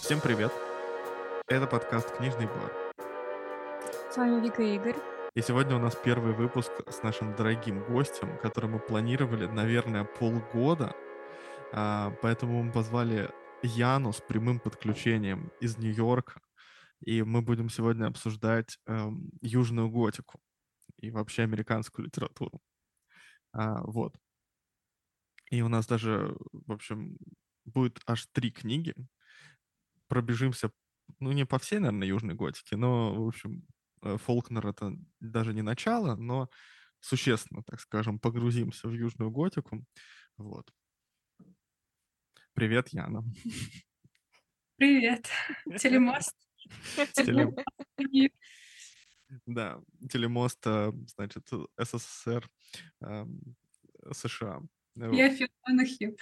Всем привет! Это подкаст «Книжный бар». С вами Вика и Игорь. И сегодня у нас первый выпуск с нашим дорогим гостем, который мы планировали, наверное, полгода. Поэтому мы позвали Яну с прямым подключением из Нью-Йорка. И мы будем сегодня обсуждать южную готику и вообще американскую литературу. Вот. И у нас даже, в общем, будет аж 3 книги. Пробежимся, ну, не по всей, наверное, южной готике, но, в общем, Фолкнер — это даже не начало, но существенно, так скажем, погрузимся в южную готику. Вот. Привет, Яна. Привет, телемост. Телем- Телемост. Да, телемост, значит, СССР, эм, США. Я Фил Донахью.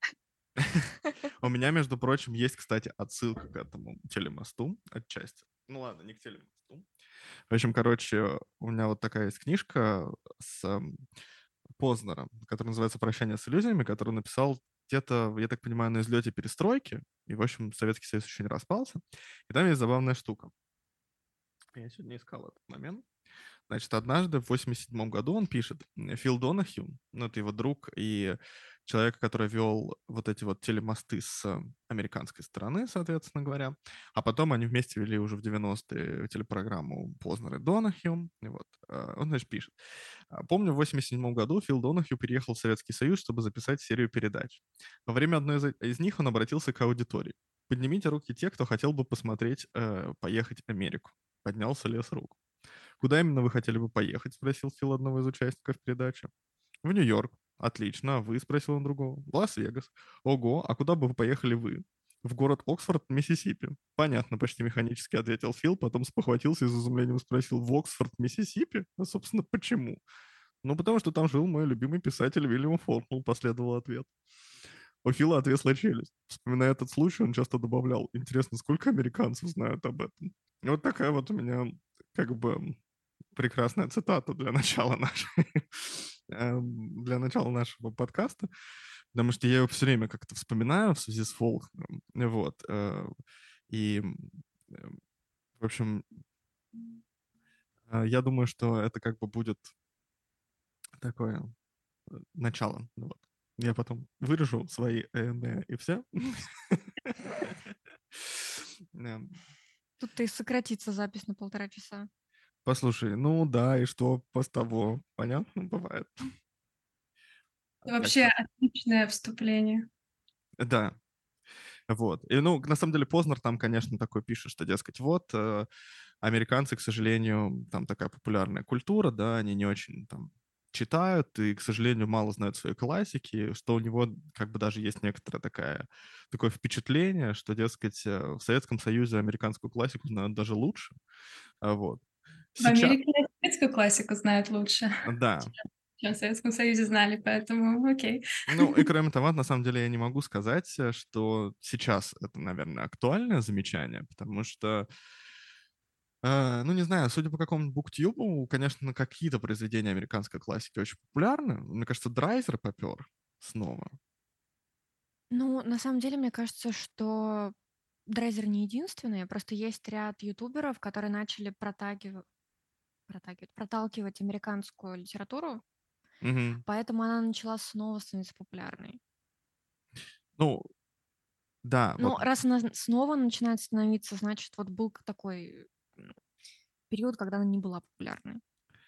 У меня, между прочим, есть, кстати, отсылка к этому телемосту отчасти. Ну ладно, не к телемосту. В общем, короче, у меня вот такая есть книжка с Познера, которая называется «Прощание с иллюзиями», который написал где-то, я так понимаю, на излете перестройки. И, в общем, Советский Союз еще не распался. И там есть забавная штука. Я сегодня искал этот момент. Значит, однажды в 87 году он пишет, Фил Донахью, ну, это его друг и человек, который вел вот эти вот телемосты с американской стороны, соответственно говоря, а потом они вместе вели уже в 90-е телепрограмму Познер и Донахью, и вот, он, значит, пишет. Помню, в 87 году Фил Донахью переехал в Советский Союз, чтобы записать серию передач. Во время одной из них он обратился к аудитории. Поднимите руки те, кто хотел бы посмотреть «Поехать в Америку». Поднялся лес рук. «Куда именно вы хотели бы поехать?» — спросил Фил одного из участников передачи. «В Нью-Йорк». «Отлично. А вы?» — спросил он другого. «В Лас-Вегас». «Ого, а куда бы вы поехали вы?» «В город Оксфорд, Миссисипи». «Понятно», — почти механически ответил Фил, потом спохватился и с изумлением спросил: «В Оксфорд, Миссисипи? А, собственно, почему?» «Ну, потому что там жил мой любимый писатель Вильям Фолкнер», — последовал ответ. У Фила отвесла челюсть. Вспоминая этот случай, он часто добавлял: «Интересно, сколько американцев знают об этом?» И вот такая вот у меня как бы прекрасная цитата для начала для начала нашего подкаста, потому что я его все время как-то вспоминаю в связи с Фолкнером. Вот. И, в общем, я думаю, что это как бы будет такое начало. Вот. Я потом вырежу свои и все. Тут и сократится запись на 1,5 часа. Послушай, ну да, и что с того? Понятно, бывает. Так Вообще что, отличное вступление. да, вот. И, ну, на самом деле, Познер там, конечно, такой пишет, что, дескать, вот, американцы, к сожалению, там такая популярная культура, да, они не очень там читают и, к сожалению, мало знают своей классики, что у него как бы даже есть некоторое такое впечатление, что, дескать, в Советском Союзе американскую классику знают даже лучше. Вот. В Сейчас, Америке советскую классику знают лучше, да. чем в Советском Союзе знали, поэтому окей. Ну, и кроме того, на самом деле я не могу сказать, что сейчас это, наверное, актуальное замечание, потому что, ну, не знаю, судя по какому-нибудь буктюбу, конечно, какие-то произведения американской классики очень популярны. Мне кажется, Драйзер попер снова. Ну, на самом деле, мне кажется, что Драйзер не единственный. Просто есть ряд ютуберов, которые начали проталкивать американскую литературу, Мгм. поэтому она начала снова становиться популярной. Ну, да, вот, Но раз она снова начинает становиться, значит, вот был такой период, когда она не была популярной.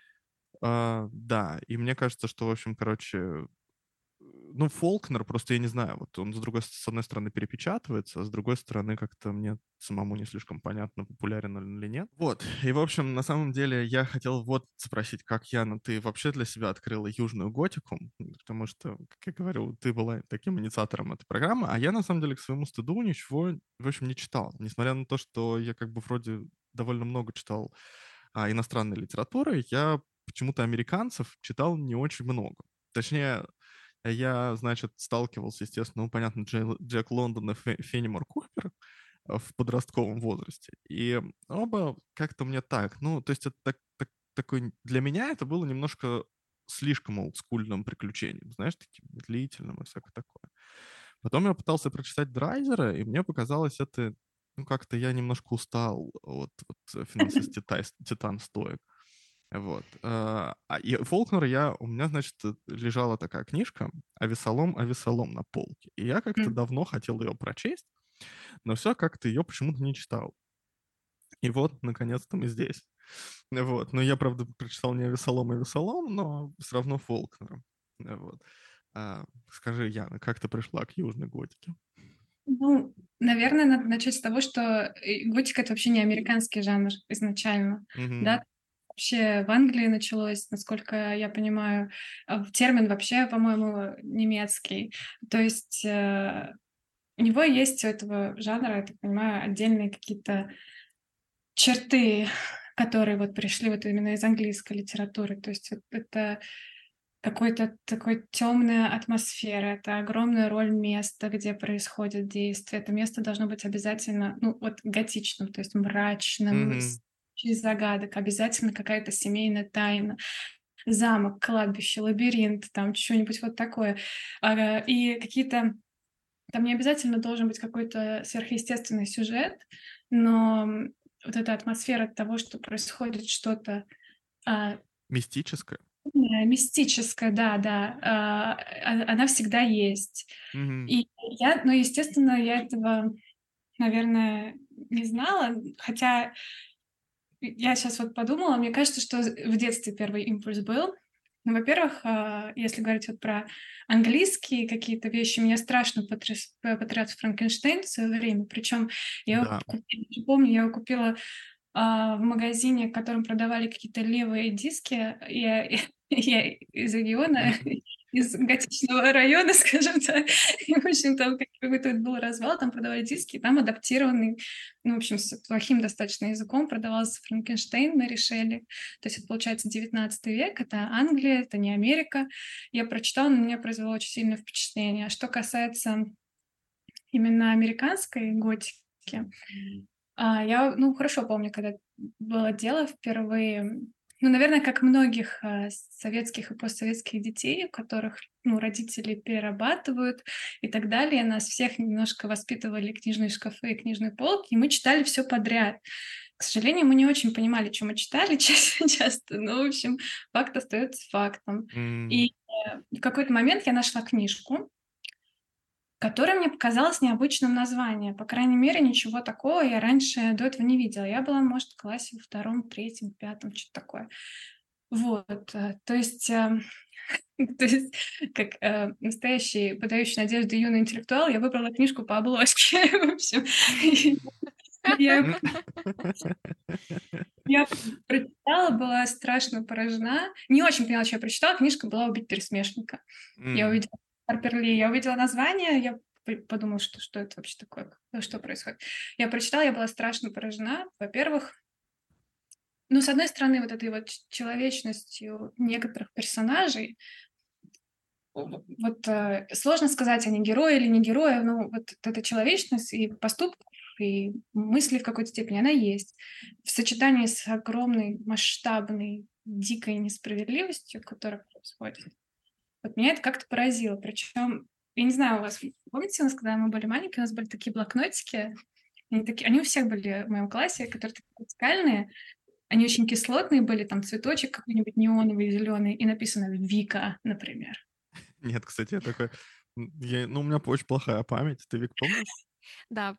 да, и мне кажется, что, в общем, короче, ну, Фолкнер, просто я не знаю, вот он с одной стороны перепечатывается, а с другой стороны как-то мне самому не слишком понятно, популярен он или нет. Вот, и, в общем, на самом деле я хотел вот спросить, как, Яна, ты вообще для себя открыла южную готику, потому что, как я говорил, ты была таким инициатором этой программы, а я, на самом деле, к своему стыду ничего, в общем, не читал, несмотря на то, что я как бы вроде довольно много читал иностранной литературы, я почему-то американцев читал не очень много. Точнее, я, значит, сталкивался, естественно, ну, понятно, Джек Лондон и Феннимор Купер в подростковом возрасте. И оба как-то мне так, ну, то есть это такой, для меня это было немножко слишком олдскульным приключением, знаешь, таким длительным и всякое такое. Потом я пытался прочитать Драйзера, и мне показалось это ну, как-то я немножко устал от финансист Титан стоек. Вот. И Фолкнер у меня, значит, лежала такая книжка «Авесолом, Авесолом» на полке. И я как-то М. давно хотел ее прочесть, но все как-то ее почему-то не читал. И вот, наконец-то мы здесь. Вот. Но я, правда, прочитал не «Авесолом, Авесолом», но все равно Фолкнера. Вот. Скажи, Яна, как ты пришла к южной готике? Ну, наверное, надо начать с того, что готика — это вообще не американский жанр изначально, Мгм. да. Вообще в Англии началось, насколько я понимаю, термин вообще, по-моему, немецкий. То есть, у него есть, у этого жанра, я так понимаю, отдельные какие-то черты, которые вот пришли вот именно из английской литературы. То есть вот это какой-то такой темная атмосфера, это огромная роль места, где происходит действие. Это место должно быть обязательно, ну, вот готичным, то есть мрачным, Мгм. через загадок, обязательно какая-то семейная тайна, замок, кладбище, лабиринт, там что-нибудь вот такое. И какие-то там не обязательно должен быть какой-то сверхъестественный сюжет, но вот эта атмосфера того, что происходит что-то а, Мистическое? мистическое, да, да, она всегда есть. Мгм. И ну, естественно, я этого, наверное, не знала, хотя я сейчас вот подумала, мне кажется, что в детстве первый импульс был. Ну, во-первых, если говорить вот про английские какие-то вещи, меня страшно потряс Франкенштейн в свое время. Причем я его Да. помню, я его купила в магазине, в котором продавали какие-то левые диски. Я из региона, из готичного района, скажем так. И, в общем, там какой-то был развал, там продавали диски, и там адаптированный, ну, в общем, с плохим достаточно языком продавался Франкенштейн, Мэри Шелли. То есть это, получается, 19 век, это Англия, это не Америка. Я прочитала, на меня произвело очень сильное впечатление. А что касается именно американской готики, я, ну, хорошо помню, когда было дело впервые, ну, наверное, как многих советских и постсоветских детей, у которых, ну, родители перерабатывают и так далее, нас всех немножко воспитывали книжные шкафы и книжные полки, и мы читали все подряд. К сожалению, мы не очень понимали, что мы читали часто, но, в общем, факт остается фактом. М. И в какой-то момент я нашла книжку, которое мне показалось необычным названием. По крайней мере, ничего такого я раньше до этого не видела. Я была, может, в классе во 2, 3, 5, что-то такое. Вот, то есть, то есть как, настоящий подающий надежды юный интеллектуал, я выбрала книжку по обложке. В общем, я я прочитала, была страшно поражена. Не очень поняла, что я прочитала. Книжка была «Убить пересмешника». Я М. увидела Харпер Ли, я увидела название, я подумала, что это вообще такое, что происходит. Я прочитала, я была страшно поражена. Во-первых, ну, с одной стороны, вот этой вот человечностью некоторых персонажей, вот сложно сказать, они герои или не герои, но вот эта человечность и поступков, и мысли в какой-то степени, она есть. В сочетании с огромной, масштабной, дикой несправедливостью, которая происходит. Вот меня это как-то поразило. Причем, я не знаю, у вас, помните, у нас, когда мы были маленькие, у нас были такие блокнотики, они у всех были в моем классе, которые такие вертикальные, они очень кислотные были, там цветочек какой-нибудь неоновый, зеленый, и написано «Вика», например. Нет, кстати, я такой... у меня очень плохая память. Ты, Вик, помнишь? Да,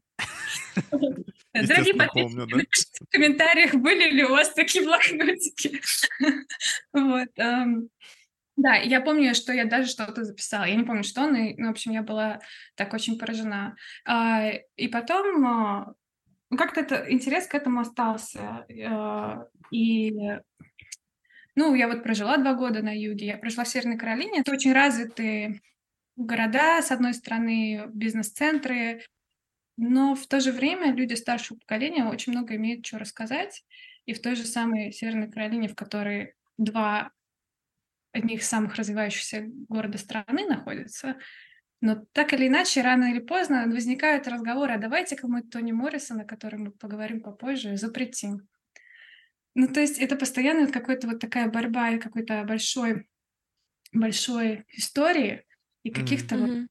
Дорогие Естественно, помню, подписчики, да? напишите в комментариях, были ли у вас такие блокнотики. Вот. Да, я помню, что я даже что-то записала. Я не помню, что, но, в общем, я была так очень поражена. И потом, ну, как-то интерес к этому остался. И, ну, я вот прожила 2 года на юге, я прожила в Северной Каролине. Это очень развитые города, с одной стороны, бизнес-центры, но в то же время люди старшего поколения очень много имеют чё рассказать. И в той же самой Северной Каролине, в которой 2 одних из самых развивающихся города страны находятся, но так или иначе, рано или поздно возникают разговоры: «А давайте-ка мы Тони Моррисона, о котором мы поговорим попозже, запретим». Ну, то есть это постоянно вот какой-то вот такая борьба и какой-то большой истории и Мгм. каких-то вот мгм.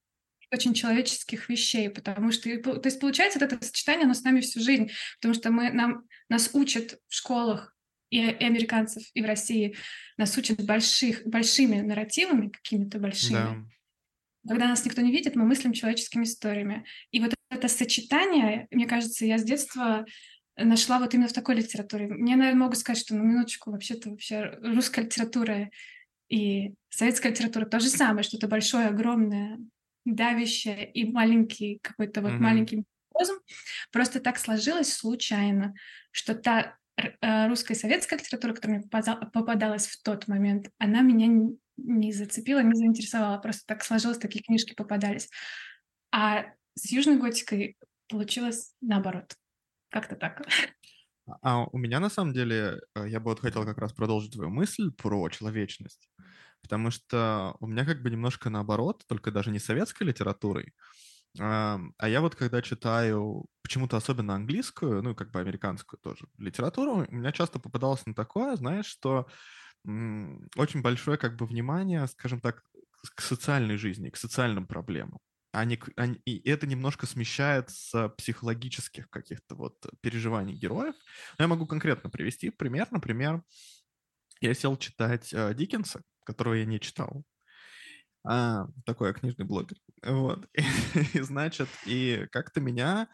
очень человеческих вещей, потому что, то есть, получается, вот это сочетание, оно с нами всю жизнь, потому что нас учат в школах и американцев, и в России, нас учат большими нарративами, какими-то большими. Да. Когда нас никто не видит, мы мыслим человеческими историями. И вот это сочетание, мне кажется, я с детства нашла вот именно в такой литературе. Мне, наверное, могут сказать, что на минуточку вообще-то вообще русская литература и советская литература то же самое, что-то большое, огромное, давящее и маленький какой-то вот Мгм. маленький микрокосм. Просто так сложилось случайно, что та русская и советская литература, которая мне попадалась в тот момент, она меня не зацепила, не заинтересовала. Просто так сложилось, такие книжки попадались. А с южной готикой получилось наоборот. Как-то так. А у меня на самом деле, я бы вот хотел как раз продолжить твою мысль про человечность, потому что у меня как бы немножко наоборот, только даже не советской литературой, а я вот когда читаю почему-то особенно английскую, ну, как бы американскую тоже литературу, у меня часто попадалось на такое, знаешь, что очень большое как бы внимание, скажем так, к социальной жизни, к социальным проблемам. И это немножко смещает с психологических каких-то вот переживаний героев. Но я могу конкретно привести пример. Например, я сел читать Диккенса, которого я не читал. Такой я книжный блогер. Вот. И, значит, и как-то меня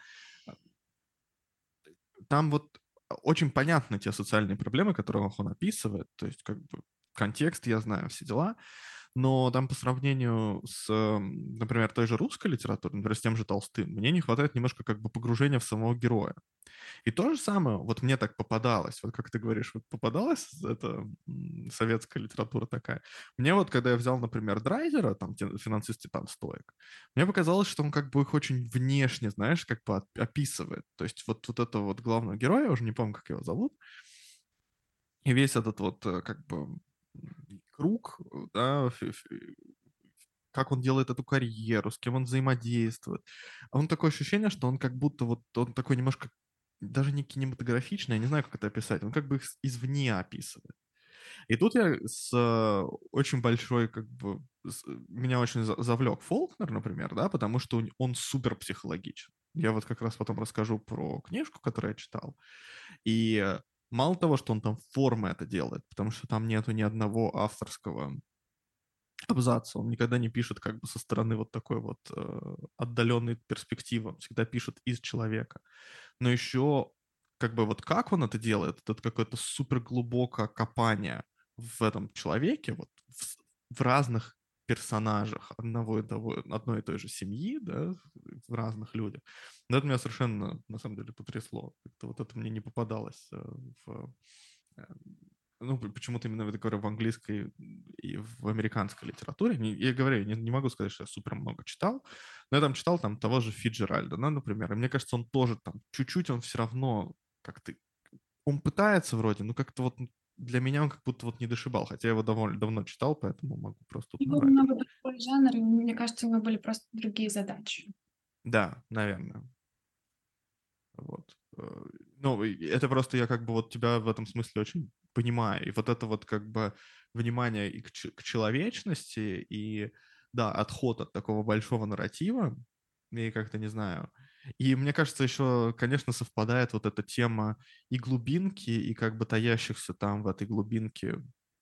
там вот очень понятны те социальные проблемы, которые он описывает. То есть как бы контекст, я знаю, все дела. Но там по сравнению с, например, той же русской литературой, например, с тем же Толстым, мне не хватает немножко как бы погружения в самого героя. И то же самое, вот мне так попадалось, вот как ты говоришь, вот попадалась эта советская литература такая. Мне вот, когда я взял, например, Драйзера, там, финансист Степан Стоик, мне показалось, что он как бы их очень внешне, знаешь, как бы описывает. То есть вот этого вот главного героя, я уже не помню, как его зовут, и весь этот вот как бы круг, да, как он делает эту карьеру, с кем он взаимодействует. А он такое ощущение, что он как будто вот, он такой немножко даже не кинематографичный, я не знаю, как это описать, он как бы их извне описывает. И тут я с очень большой, как бы, меня очень завлек Фолкнер, например, да, потому что он супер психологичен. Я вот как раз потом расскажу про книжку, которую я читал. И мало того, что он там формы это делает, потому что там нету ни одного авторского абзаца, он никогда не пишет как бы со стороны вот такой вот отдаленной перспективы, он всегда пишет из человека. Но еще как бы вот как он это делает, это какое-то супер глубокое копание в этом человеке, вот в разных персонажах одной и той же семьи, да, в разных людях. Но это меня совершенно, на самом деле, потрясло. Вот это мне не попадалось э, ну, почему-то именно, я говорю, в английской и в американской литературе. Я говорю, я не могу сказать, что я супер много читал, но я там читал там того же Фиджеральда, да, например, и мне кажется, он тоже там чуть-чуть, он все равно как-то, он пытается вроде, но как-то вот для меня он как будто вот не дошибал, хотя я его довольно давно читал, поэтому могу просто тут У него наврать. немного другой жанр, и мне кажется, у него были просто другие задачи. Да, наверное. Вот. Ну, это просто я как бы вот тебя в этом смысле очень понимаю. И вот это вот как бы внимание и к человечности, и, да, отход от такого большого нарратива, и как-то не знаю. И мне кажется, еще, конечно, совпадает вот эта тема и глубинки, и как бы таящихся там в этой глубинке.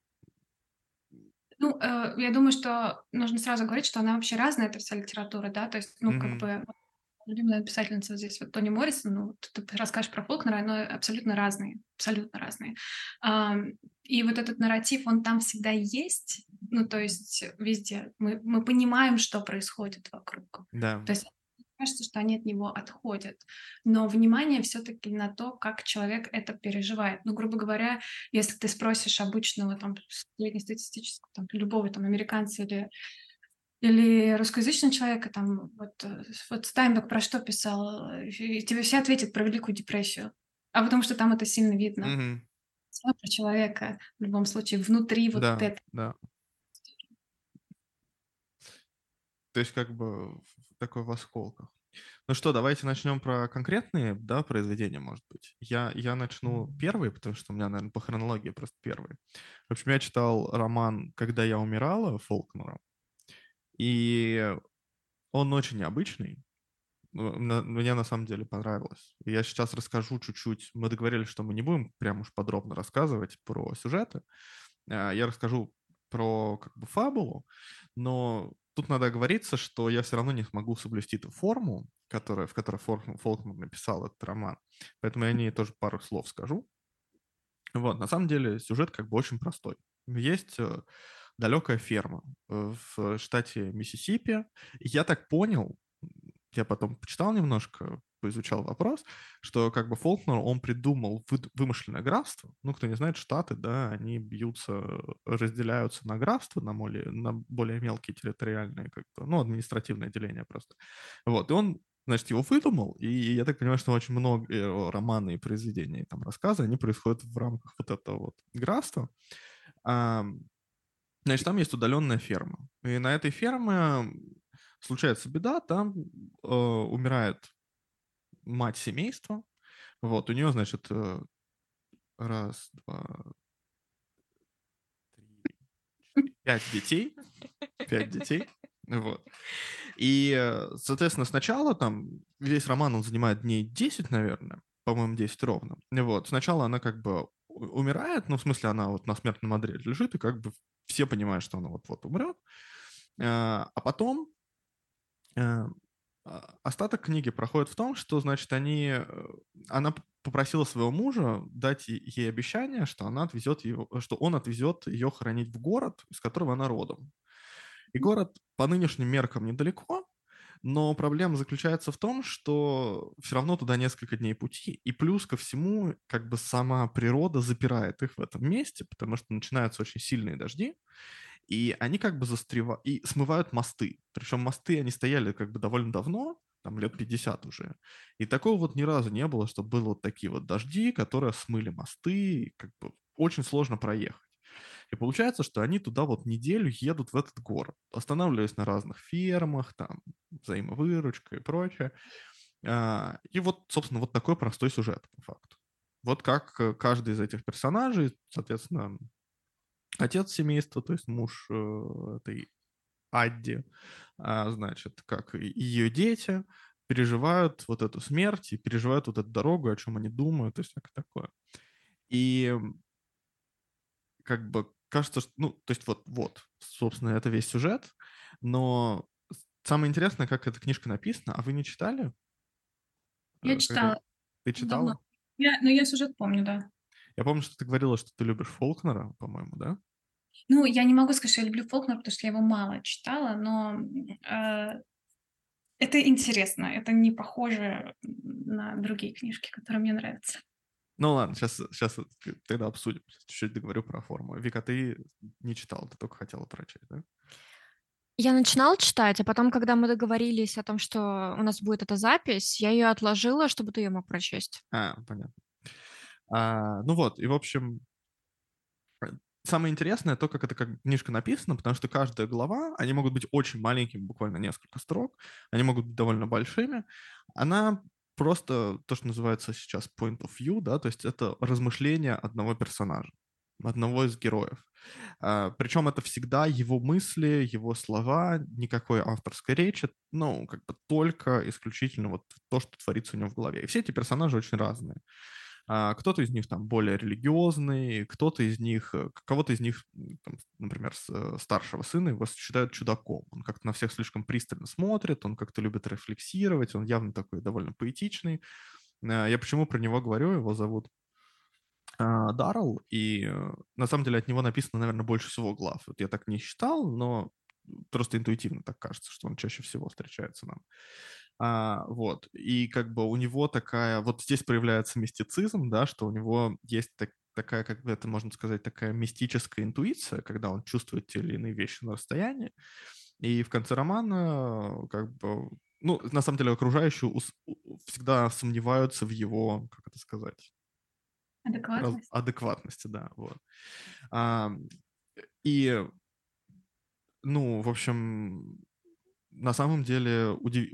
Ну, я думаю, что нужно сразу говорить, что она вообще разная, эта вся литература, да, то есть, ну, как Мгм. бы любимая писательница здесь, вот Тони Моррисон, ну, вот ты расскажешь про Фолкнера, но абсолютно разные, абсолютно разные. И вот этот нарратив, он там всегда есть, ну, то есть везде. Мы понимаем, что происходит вокруг. Да. То есть кажется, что они от него отходят. Но внимание все-таки на то, как человек это переживает. Ну, грубо говоря, если ты спросишь обычного там среднестатистического, там, любого там американца или русскоязычного человека, там, вот Стайнбек про что писал, и тебе все ответят про Великую депрессию. А потому что там это сильно видно. Мгм. Всё про человека в любом случае внутри вот Да, это. да. То есть как бы такой в осколках. Ну что, давайте начнем про конкретные, да, произведения, может быть. Я начну первый, потому что у меня, наверное, по хронологии просто первый. В общем, я читал роман «Когда я умирала» Фолкнера, и он очень необычный. Мне на самом деле понравилось. Я сейчас расскажу чуть-чуть. Мы договорились, что мы не будем прям уж подробно рассказывать про сюжеты. Я расскажу про как бы фабулу, но тут надо оговориться, что я все равно не смогу соблюсти ту форму, в которой Фолкнер написал этот роман. Поэтому я о ней тоже пару слов скажу. Вот, на самом деле сюжет как бы очень простой. Есть далекая ферма в штате Миссисипи. И я так понял, я потом почитал немножко, поизучал вопрос, что как бы Фолкнер, он придумал вымышленное графство. Ну, кто не знает, штаты, да, они бьются, разделяются на графства, на более мелкие территориальные, как-то, ну, административное деление просто. Вот, и он, значит, его выдумал, и я так понимаю, что очень много романы и произведения, и там рассказы, они происходят в рамках вот этого вот графства. Значит, там есть удаленная ферма. И на этой ферме случается беда, там умирает мать семейства. Вот, у нее, значит, раз, два, три, четыре, 5 детей. 5 детей. Вот. И, соответственно, сначала там весь роман, он занимает дней 10, наверное, по-моему, 10 ровно. Вот. Сначала она как бы умирает, ну, в смысле, она вот на смертном одре лежит, и как бы все понимают, что она вот-вот умрет. А потом остаток книги проходит в том, что, значит, она попросила своего мужа дать ей обещание, что что он отвезет ее хоронить в город, из которого она родом. И город по нынешним меркам недалеко, но проблема заключается в том, что все равно туда несколько дней пути, и плюс ко всему, как бы сама природа запирает их в этом месте, потому что начинаются очень сильные дожди, и они как бы застревают, и смывают мосты. Причем мосты, они стояли как бы довольно давно, там лет 50 уже. И такого вот ни разу не было, чтобы были вот такие вот дожди, которые смыли мосты, и как бы очень сложно проехать. И получается, что они туда вот неделю едут в этот город, останавливаясь на разных фермах, там, взаимовыручка и прочее. И вот, собственно, вот такой простой сюжет, по факту. Вот как каждый из этих персонажей, соответственно, отец семейства, то есть муж этой Адди, значит, как и ее дети, переживают вот эту смерть и переживают вот эту дорогу, о чем они думают и всякое такое. И как бы кажется, что, ну, то есть вот, собственно, это весь сюжет, но самое интересное, как эта книжка написана, а вы не читали? Я Когда... читала Ты давно. читала? Я сюжет помню, да. Я помню, что ты говорила, что ты любишь Фолкнера, по-моему, да? Ну, я не могу сказать, что я люблю Фолкнер, потому что я его мало читала, но это интересно. Это не похоже на другие книжки, которые мне нравятся. Ну ладно, сейчас тогда обсудим. Чуть-чуть договорю про форму. Вика, ты не читала, ты только хотела прочесть, да? Я начинала читать, а потом, когда мы договорились о том, что у нас будет эта запись, я ее отложила, чтобы ты ее мог прочесть. Понятно. Ну вот, и в общем, самое интересное то, как эта книжка написана, потому что каждая глава, они могут быть очень маленькими, буквально несколько строк, они могут быть довольно большими. Она просто то, что называется сейчас point of view, да, то есть это размышление одного персонажа, одного из героев. Причем это всегда его мысли, его слова, никакой авторской речи, ну, как бы только исключительно вот то, что творится у него в голове. И все эти персонажи очень разные. Кто-то из них там более религиозный, кого-то из них, там, например, старшего сына его считают чудаком. Он как-то на всех слишком пристально смотрит, он как-то любит рефлексировать, он явно такой довольно поэтичный. Я почему про него говорю, его зовут Даррелл, и на самом деле от него написано, наверное, больше всего глав. Вот я так не считал, но просто интуитивно так кажется, что он чаще всего встречается нам. Вот. И как бы у него такая... Вот здесь проявляется мистицизм, да, что у него есть такая, как бы это можно сказать, такая мистическая интуиция, когда он чувствует те или иные вещи на расстоянии. И в конце романа как бы... Ну, на самом деле, окружающие всегда сомневаются в его, как это сказать, Адекватность. адекватности, да, вот. А, и, ну, в общем, на самом деле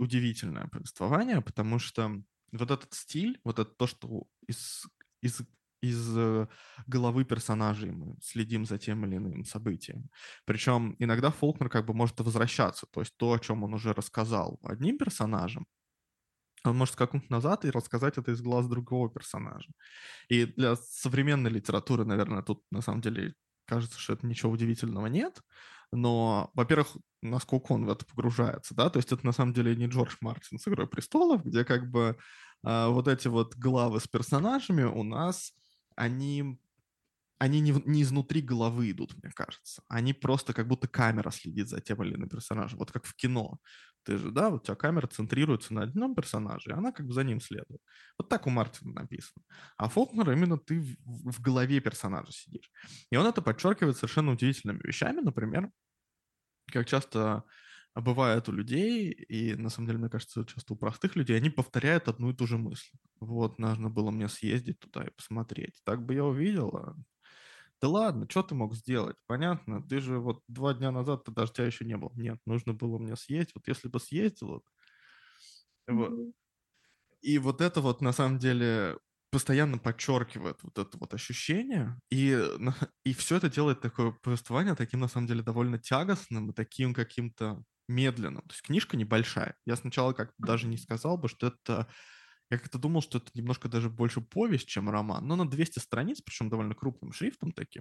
удивительное повествование, потому что вот этот стиль, вот это то, что из из головы персонажей мы следим за тем или иным событием. Причем иногда Фолкнер как бы может возвращаться, то есть то, о чем он уже рассказал одним персонажем, он может скакнуть назад и рассказать это из глаз другого персонажа. И для современной литературы, наверное, тут на самом деле кажется, что это ничего удивительного нет. Но, во-первых, насколько он в это погружается, да, то есть это на самом деле не Джордж Мартин с «Игрой престолов», где как бы вот эти вот главы с персонажами у нас, они они не изнутри головы идут, мне кажется. Они просто как будто камера следит за тем или иным персонажем. Вот как в кино. Ты же, да, вот у тебя камера центрируется на одном персонаже, и она как бы за ним следует. Вот так у Мартина написано. А Фолкнер именно ты в голове персонажа сидишь. И он это подчеркивает совершенно удивительными вещами. Например, как часто бывает у людей, и на самом деле, мне кажется, часто у простых людей, они повторяют одну и ту же мысль. Вот, нужно было мне съездить туда и посмотреть. Так бы я увидела. Да ладно, что ты мог сделать? Понятно, ты же вот 2 дня назад ты дождя еще не было. Нет, нужно было мне съездить. Вот если бы съездил, вот. Мгм. И вот это вот на самом деле постоянно подчеркивает вот это вот ощущение, и все это делает такое повествование таким, на самом деле, довольно тягостным и таким каким-то медленным. То есть книжка небольшая. Я сначала как даже не сказал бы, что это... Я как-то думал, что это немножко даже больше повесть, чем роман. Но на 200 страниц, причем довольно крупным шрифтом таким.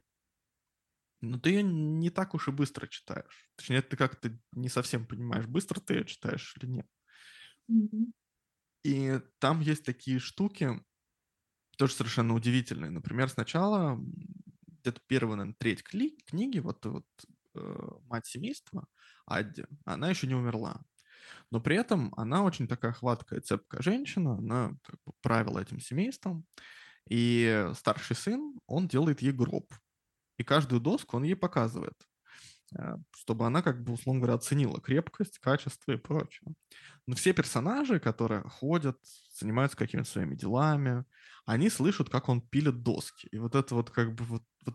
Но ты ее не так уж и быстро читаешь. Точнее, ты как-то не совсем понимаешь, быстро ты ее читаешь или нет. Мгм. И там есть такие штуки, тоже совершенно удивительные. Например, сначала где-то первая, наверное, треть книги, вот мать семейства, Адди, она еще не умерла. Но при этом она очень такая хваткая, цепкая женщина, она как бы правила этим семейством. И старший сын, он делает ей гроб. И каждую доску он ей показывает, чтобы она, как бы, условно говоря, оценила крепкость, качество и прочее. Но все персонажи, которые ходят, занимаются какими-то своими делами, они слышат, как он пилит доски. И вот это вот как бы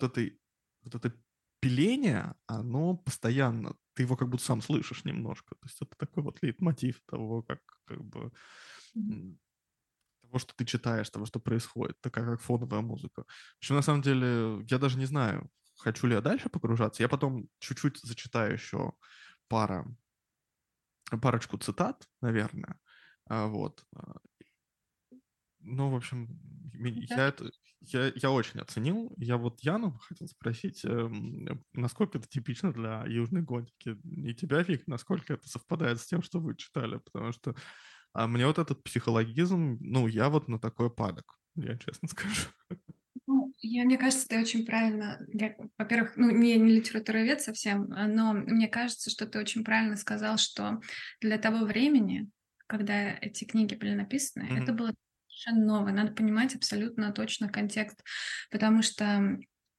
вот это пиление, оно постоянно, ты его как будто сам слышишь немножко. То есть это такой вот лейтмотив того, как бы Мгм. м, того, что ты читаешь, того, что происходит, такая как фоновая музыка. Причем, на самом деле, я даже не знаю, хочу ли я дальше погружаться. Я потом чуть-чуть зачитаю еще пара, парочку цитат, наверное. Вот. Ну, в общем, Да. я очень оценил. Я вот Яну хотел спросить, насколько это типично для южной готики, и тебя, Вик, насколько это совпадает с тем, что вы читали, потому что мне вот этот психологизм, ну, я вот на такой падок, я честно скажу. Ну, мне кажется, ты очень правильно, во-первых, ну, не литературовед совсем, но мне кажется, что ты очень правильно сказал, что для того времени, когда эти книги были написаны, это Мгм. было совершенно новое. Надо понимать абсолютно точно контекст, потому что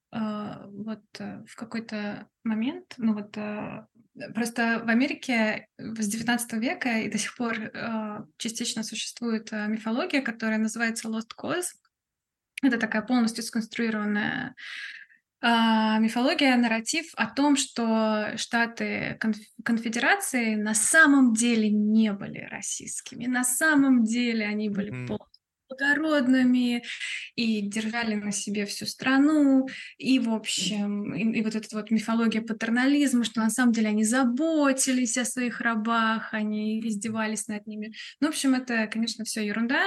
в какой-то момент, просто в Америке с 19 века и до сих пор частично существует мифология, которая называется Lost Cause. Это такая полностью сконструированная мифология, нарратив о том, что Штаты Конфедерации на самом деле не были расистскими. На самом деле они были Мгм. благородными и держали на себе всю страну. И, в общем, и вот эта вот мифология патернализма, что на самом деле они заботились о своих рабах, они издевались над ними. Ну, в общем, это, конечно, все ерунда.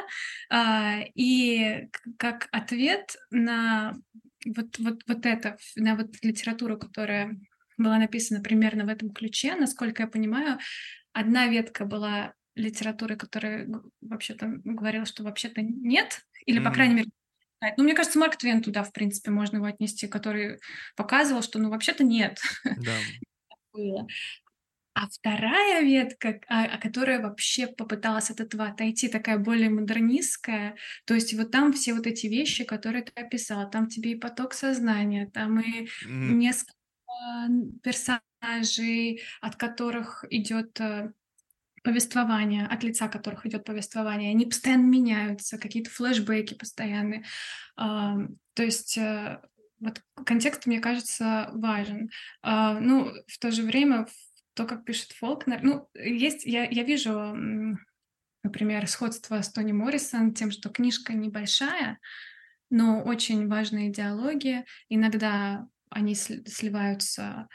Как ответ на вот это, на вот литературу, которая была написана примерно в этом ключе, насколько я понимаю, одна ветка была литературы, которая вообще-то говорила, что вообще-то нет, или, по Мгм. крайней мере, ну, мне кажется, Марк Твен туда, в принципе, можно его отнести, который показывал, что, ну, вообще-то нет Да. было. А вторая ветка, которая вообще попыталась от этого отойти, такая более модернистская, то есть вот там все вот эти вещи, которые ты описала, там тебе и поток сознания, там и Мгм. несколько персонажей, от которых идет повествование, от лица которых идет повествование, они постоянно меняются, какие-то флешбеки постоянные. То есть вот контекст, мне кажется, важен. Ну, в то же время то, как пишет Фолкнер, ну, я вижу, например, сходство с Тони Моррисон тем, что книжка небольшая, но очень важные диалоги. Иногда они сливаются,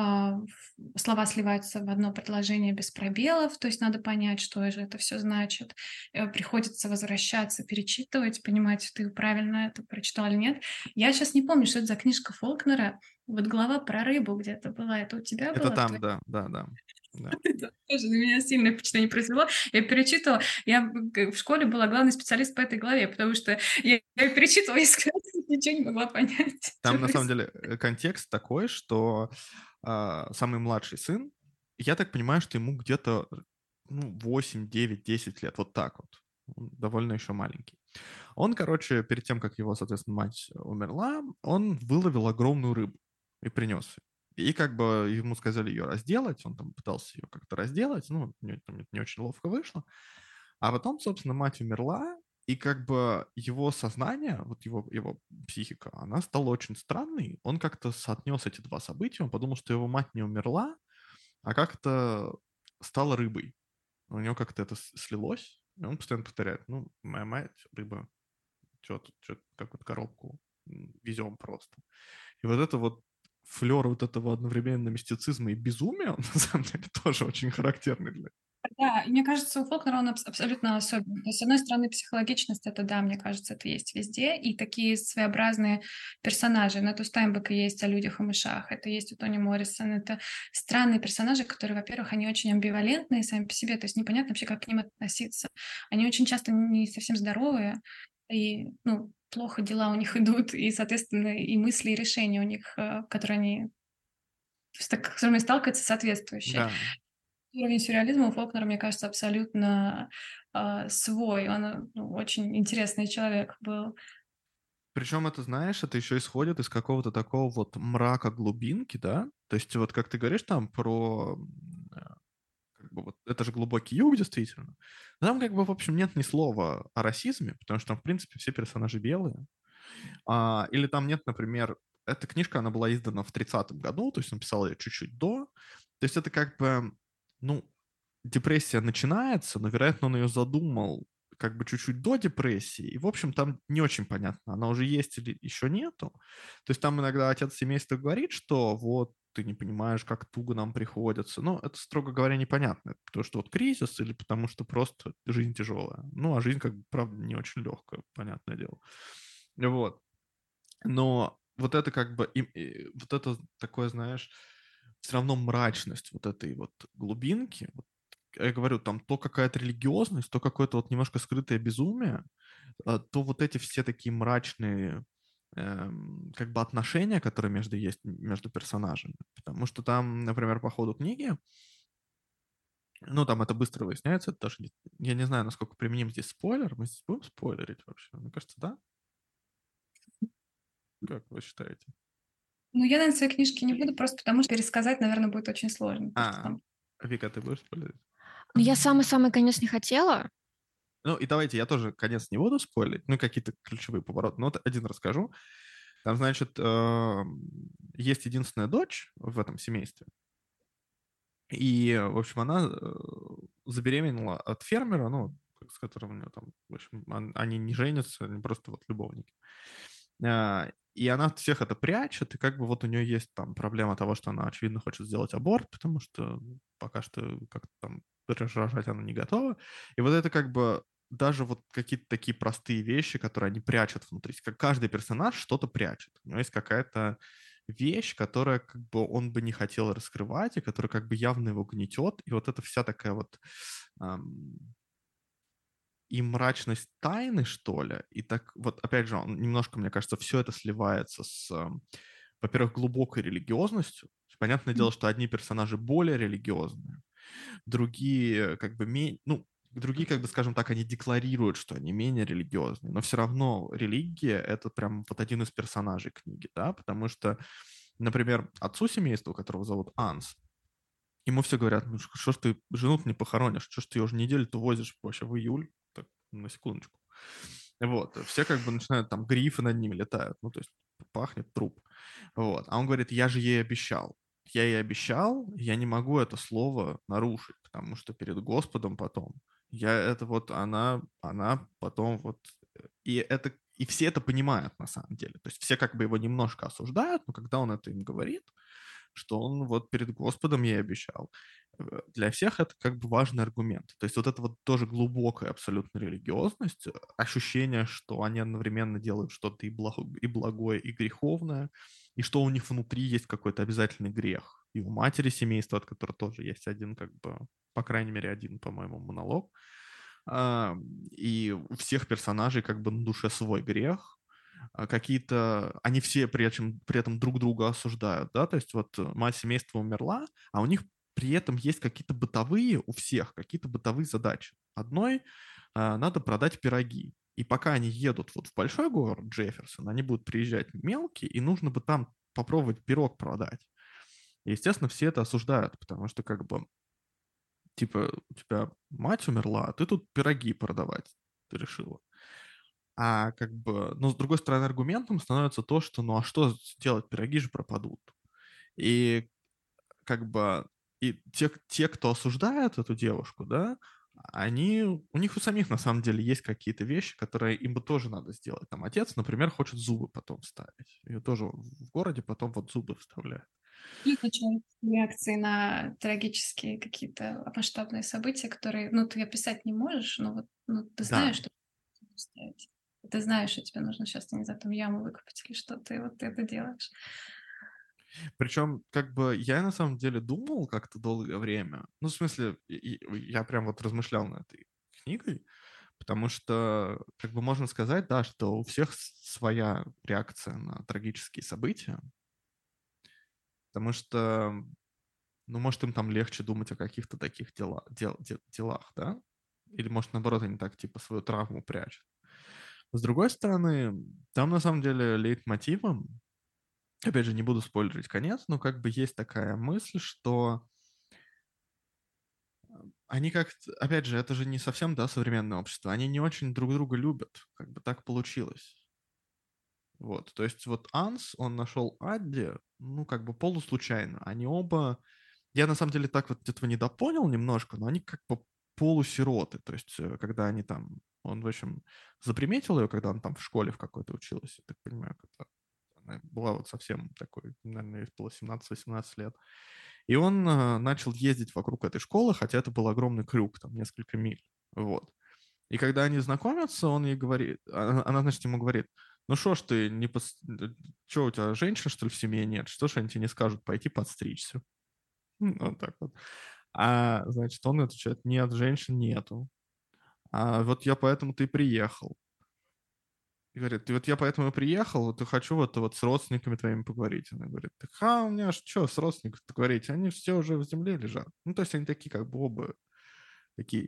слова сливаются в одно предложение без пробелов, то есть надо понять, что же это все значит. Приходится возвращаться, перечитывать, понимать, ты правильно это прочитал или нет. Я сейчас не помню, что это за книжка Фолкнера. Вот глава про рыбу где-то была. Это у тебя Это было? там, да, да, да. Да. Это тоже на меня сильное впечатление произвело. Я перечитывала. Я в школе была главный специалист по этой главе, потому что я её перечитывала и ничего не могла понять, что Там на самом происходит. деле контекст такой, что самый младший сын, я так понимаю, что ему где-то 8, 9, 10 лет, вот так вот. Он довольно еще маленький. Он, короче, перед тем, как его, соответственно, мать умерла, он выловил огромную рыбу и принес ее. И как бы ему сказали ее разделать, он там пытался ее как-то разделать, ну, там это не очень ловко вышло. А потом, собственно, мать умерла, и как бы его сознание, вот его психика, она стала очень странной. Он как-то соотнес эти два события, он подумал, что его мать не умерла, а как-то стала рыбой. У него как-то это слилось, и он постоянно повторяет, ну, моя мать рыба, что тут, как вот коробку везем просто. И вот это вот флер вот этого одновременно мистицизма и безумия, он на самом деле тоже очень характерный для... Да, и мне кажется, у Фолкнера он абсолютно особенный. То есть, с одной стороны, психологичность — это да, мне кажется, это есть везде. И такие своеобразные персонажи. На Стайнбека есть о людях и мышах, это есть у Тони Моррисон. Это странные персонажи, которые, во-первых, они очень амбивалентные сами по себе, то есть непонятно вообще, как к ним относиться. Они очень часто не совсем здоровые, и, ну, плохо дела у них идут, и, соответственно, и мысли, и решения у них, которые они с которыми сталкиваются, соответствующие. Да. Уровень сюрреализма у Фолкнера, мне кажется, абсолютно, свой. Он, ну, очень интересный человек был. Причем это, знаешь, это еще исходит из какого-то такого вот мрака глубинки, да? То есть вот как ты говоришь там про... как бы вот, это же глубокий юг, действительно. Но там как бы, в общем, нет ни слова о расизме, потому что там, в принципе, все персонажи белые. Или там нет, например... Эта книжка, она была издана в 30-м году, то есть он писал ее чуть-чуть до. То есть это как бы, ну, депрессия начинается, но, вероятно, он ее задумал как бы чуть-чуть до депрессии, и, в общем, там не очень понятно, она уже есть или еще нету. То есть там иногда отец семейства говорит, что вот ты не понимаешь, как туго нам приходится. Но это, строго говоря, непонятно. Потому что вот кризис или потому что просто жизнь тяжелая. Ну, а жизнь, как бы, правда, не очень легкая, понятное дело. Вот. Но вот это как бы, вот это такое, знаешь, все равно мрачность вот этой вот глубинки, вот, я говорю, там то какая-то религиозность, то какое-то вот немножко скрытое безумие, то вот эти все такие мрачные как бы отношения, которые есть между персонажами. Потому что там, например, по ходу книги, ну, там это быстро выясняется, это даже я не знаю, насколько применим здесь спойлер. Мы здесь будем спойлерить вообще? Мне кажется, да? Как вы считаете? Ну, я, наверно, свои книжки не буду, просто потому что пересказать, наверное, будет очень сложно, потому что там... Вика, ты будешь спойлерить? Ну, я самый-самый конец не хотела. Ну, и давайте, я тоже конец не буду спойлерить, ну, какие-то ключевые повороты, но вот один расскажу. Там, значит, есть единственная дочь в этом семействе, и, в общем, она забеременела от фермера, ну, с которым у нее там, в общем, они не женятся, они просто вот любовники. И она от всех это прячет, и как бы вот у нее есть там проблема того, что она, очевидно, хочет сделать аборт, потому что пока что как-то там рожать она не готова. И вот это как бы даже вот какие-то такие простые вещи, которые они прячут внутри. Как каждый персонаж что-то прячет. У него есть какая-то вещь, которая как бы он бы не хотел раскрывать, и которая как бы явно его гнетет. И вот эта вся такая вот и мрачность тайны, что ли. И так вот, опять же, он немножко, мне кажется, все это сливается с, во-первых, глубокой религиозностью. Понятное дело, что одни персонажи более религиозные, другие как бы ну, другие, как бы, скажем так, они декларируют, что они менее религиозные, но все равно религия — это прям вот один из персонажей книги, да, потому что, например, отцу семейства, которого зовут Анс, ему все говорят, ну что ж ты жену не похоронишь, что ж ты ее уже неделю-то возишь вообще в июль, так, на секундочку. Вот, все как бы начинают, там, грифы над ними летают, ну, то есть пахнет труп. Вот, а он говорит, я же ей обещал. Я ей обещал, я не могу это слово нарушить, потому что перед Господом потом, я это вот, она потом вот, и это, И все это понимают на самом деле. То есть все как бы его немножко осуждают, но когда он это им говорит, что он вот перед Господом ей обещал, для всех это как бы важный аргумент. То есть вот это вот тоже глубокая абсолютно религиозность, ощущение, что они одновременно делают что-то и благое, и греховное, и что у них внутри есть какой-то обязательный грех. И у матери семейства, от которого тоже есть один, как бы, по крайней мере, один, по-моему, монолог. И у всех персонажей как бы на душе свой грех, какие-то, они все при этом друг друга осуждают, да, то есть вот мать семейства умерла, а у них при этом есть какие-то бытовые, у всех какие-то бытовые задачи. Одной надо продать пироги. И пока они едут вот в большой город Джефферсон, они будут приезжать в мелкий, и нужно бы там попробовать пирог продать. И, естественно, все это осуждают, потому что как бы типа у тебя мать умерла, а ты тут пироги продавать ты решила. А как бы, но с другой стороны, аргументом становится то, что ну а что делать, пироги же пропадут. И как бы и те, кто осуждает эту девушку, да, у них у самих на самом деле есть какие-то вещи, которые им бы тоже надо сделать. Там отец, например, хочет зубы потом вставить. И тоже в городе потом вот зубы вставляет. Плюс начинаются реакции на трагические какие-то масштабные события, которые, ну, ты описать не можешь, но вот ну, ты знаешь, Да, что нужно ставить. Ты знаешь, что тебе нужно сейчас, не знаю, там яму выкопать или что, ты вот это делаешь. причем, как бы, я на самом деле думал как-то долгое время, ну, в смысле, я прям вот размышлял над этой книгой, потому что, как бы, можно сказать, да, что у всех своя реакция на трагические события, потому что, ну, может, им там легче думать о каких-то таких делах, да, или, может, наоборот, они так, типа, свою травму прячут. С другой стороны, там, на самом деле, лейтмотивом, опять же, не буду спойлерить конец, но как бы есть такая мысль, что они как, опять же, это же не совсем, да, современное общество, они не очень друг друга любят, как бы так получилось. Вот, то есть вот Анс, он нашел Адди, ну, как бы полуслучайно. Они оба, я на самом деле так вот этого недопонял немножко, но они как бы полусироты, то есть когда они там, он, в общем, заприметил ее, когда он там в школе в какой-то училась, я так понимаю, она была вот совсем такой, наверное, ей было 17-18 лет. И он начал ездить вокруг этой школы, хотя это был огромный крюк, там несколько миль. Вот. И когда они знакомятся, он ей говорит, она, значит, ему говорит, ну что ж ты, что у тебя, женщин, что ли, в семье нет? Что ж они тебе не скажут пойти подстричься? Вот так вот. А, значит, он отвечает, нет, женщин нету. А вот я поэтому-то и приехал. И говорит, вот я поэтому и приехал, вот и хочу вот с родственниками твоими поговорить. Она говорит, так у меня что с родственниками говорить? Они все уже в земле лежат. Ну, то есть они такие как бы оба такие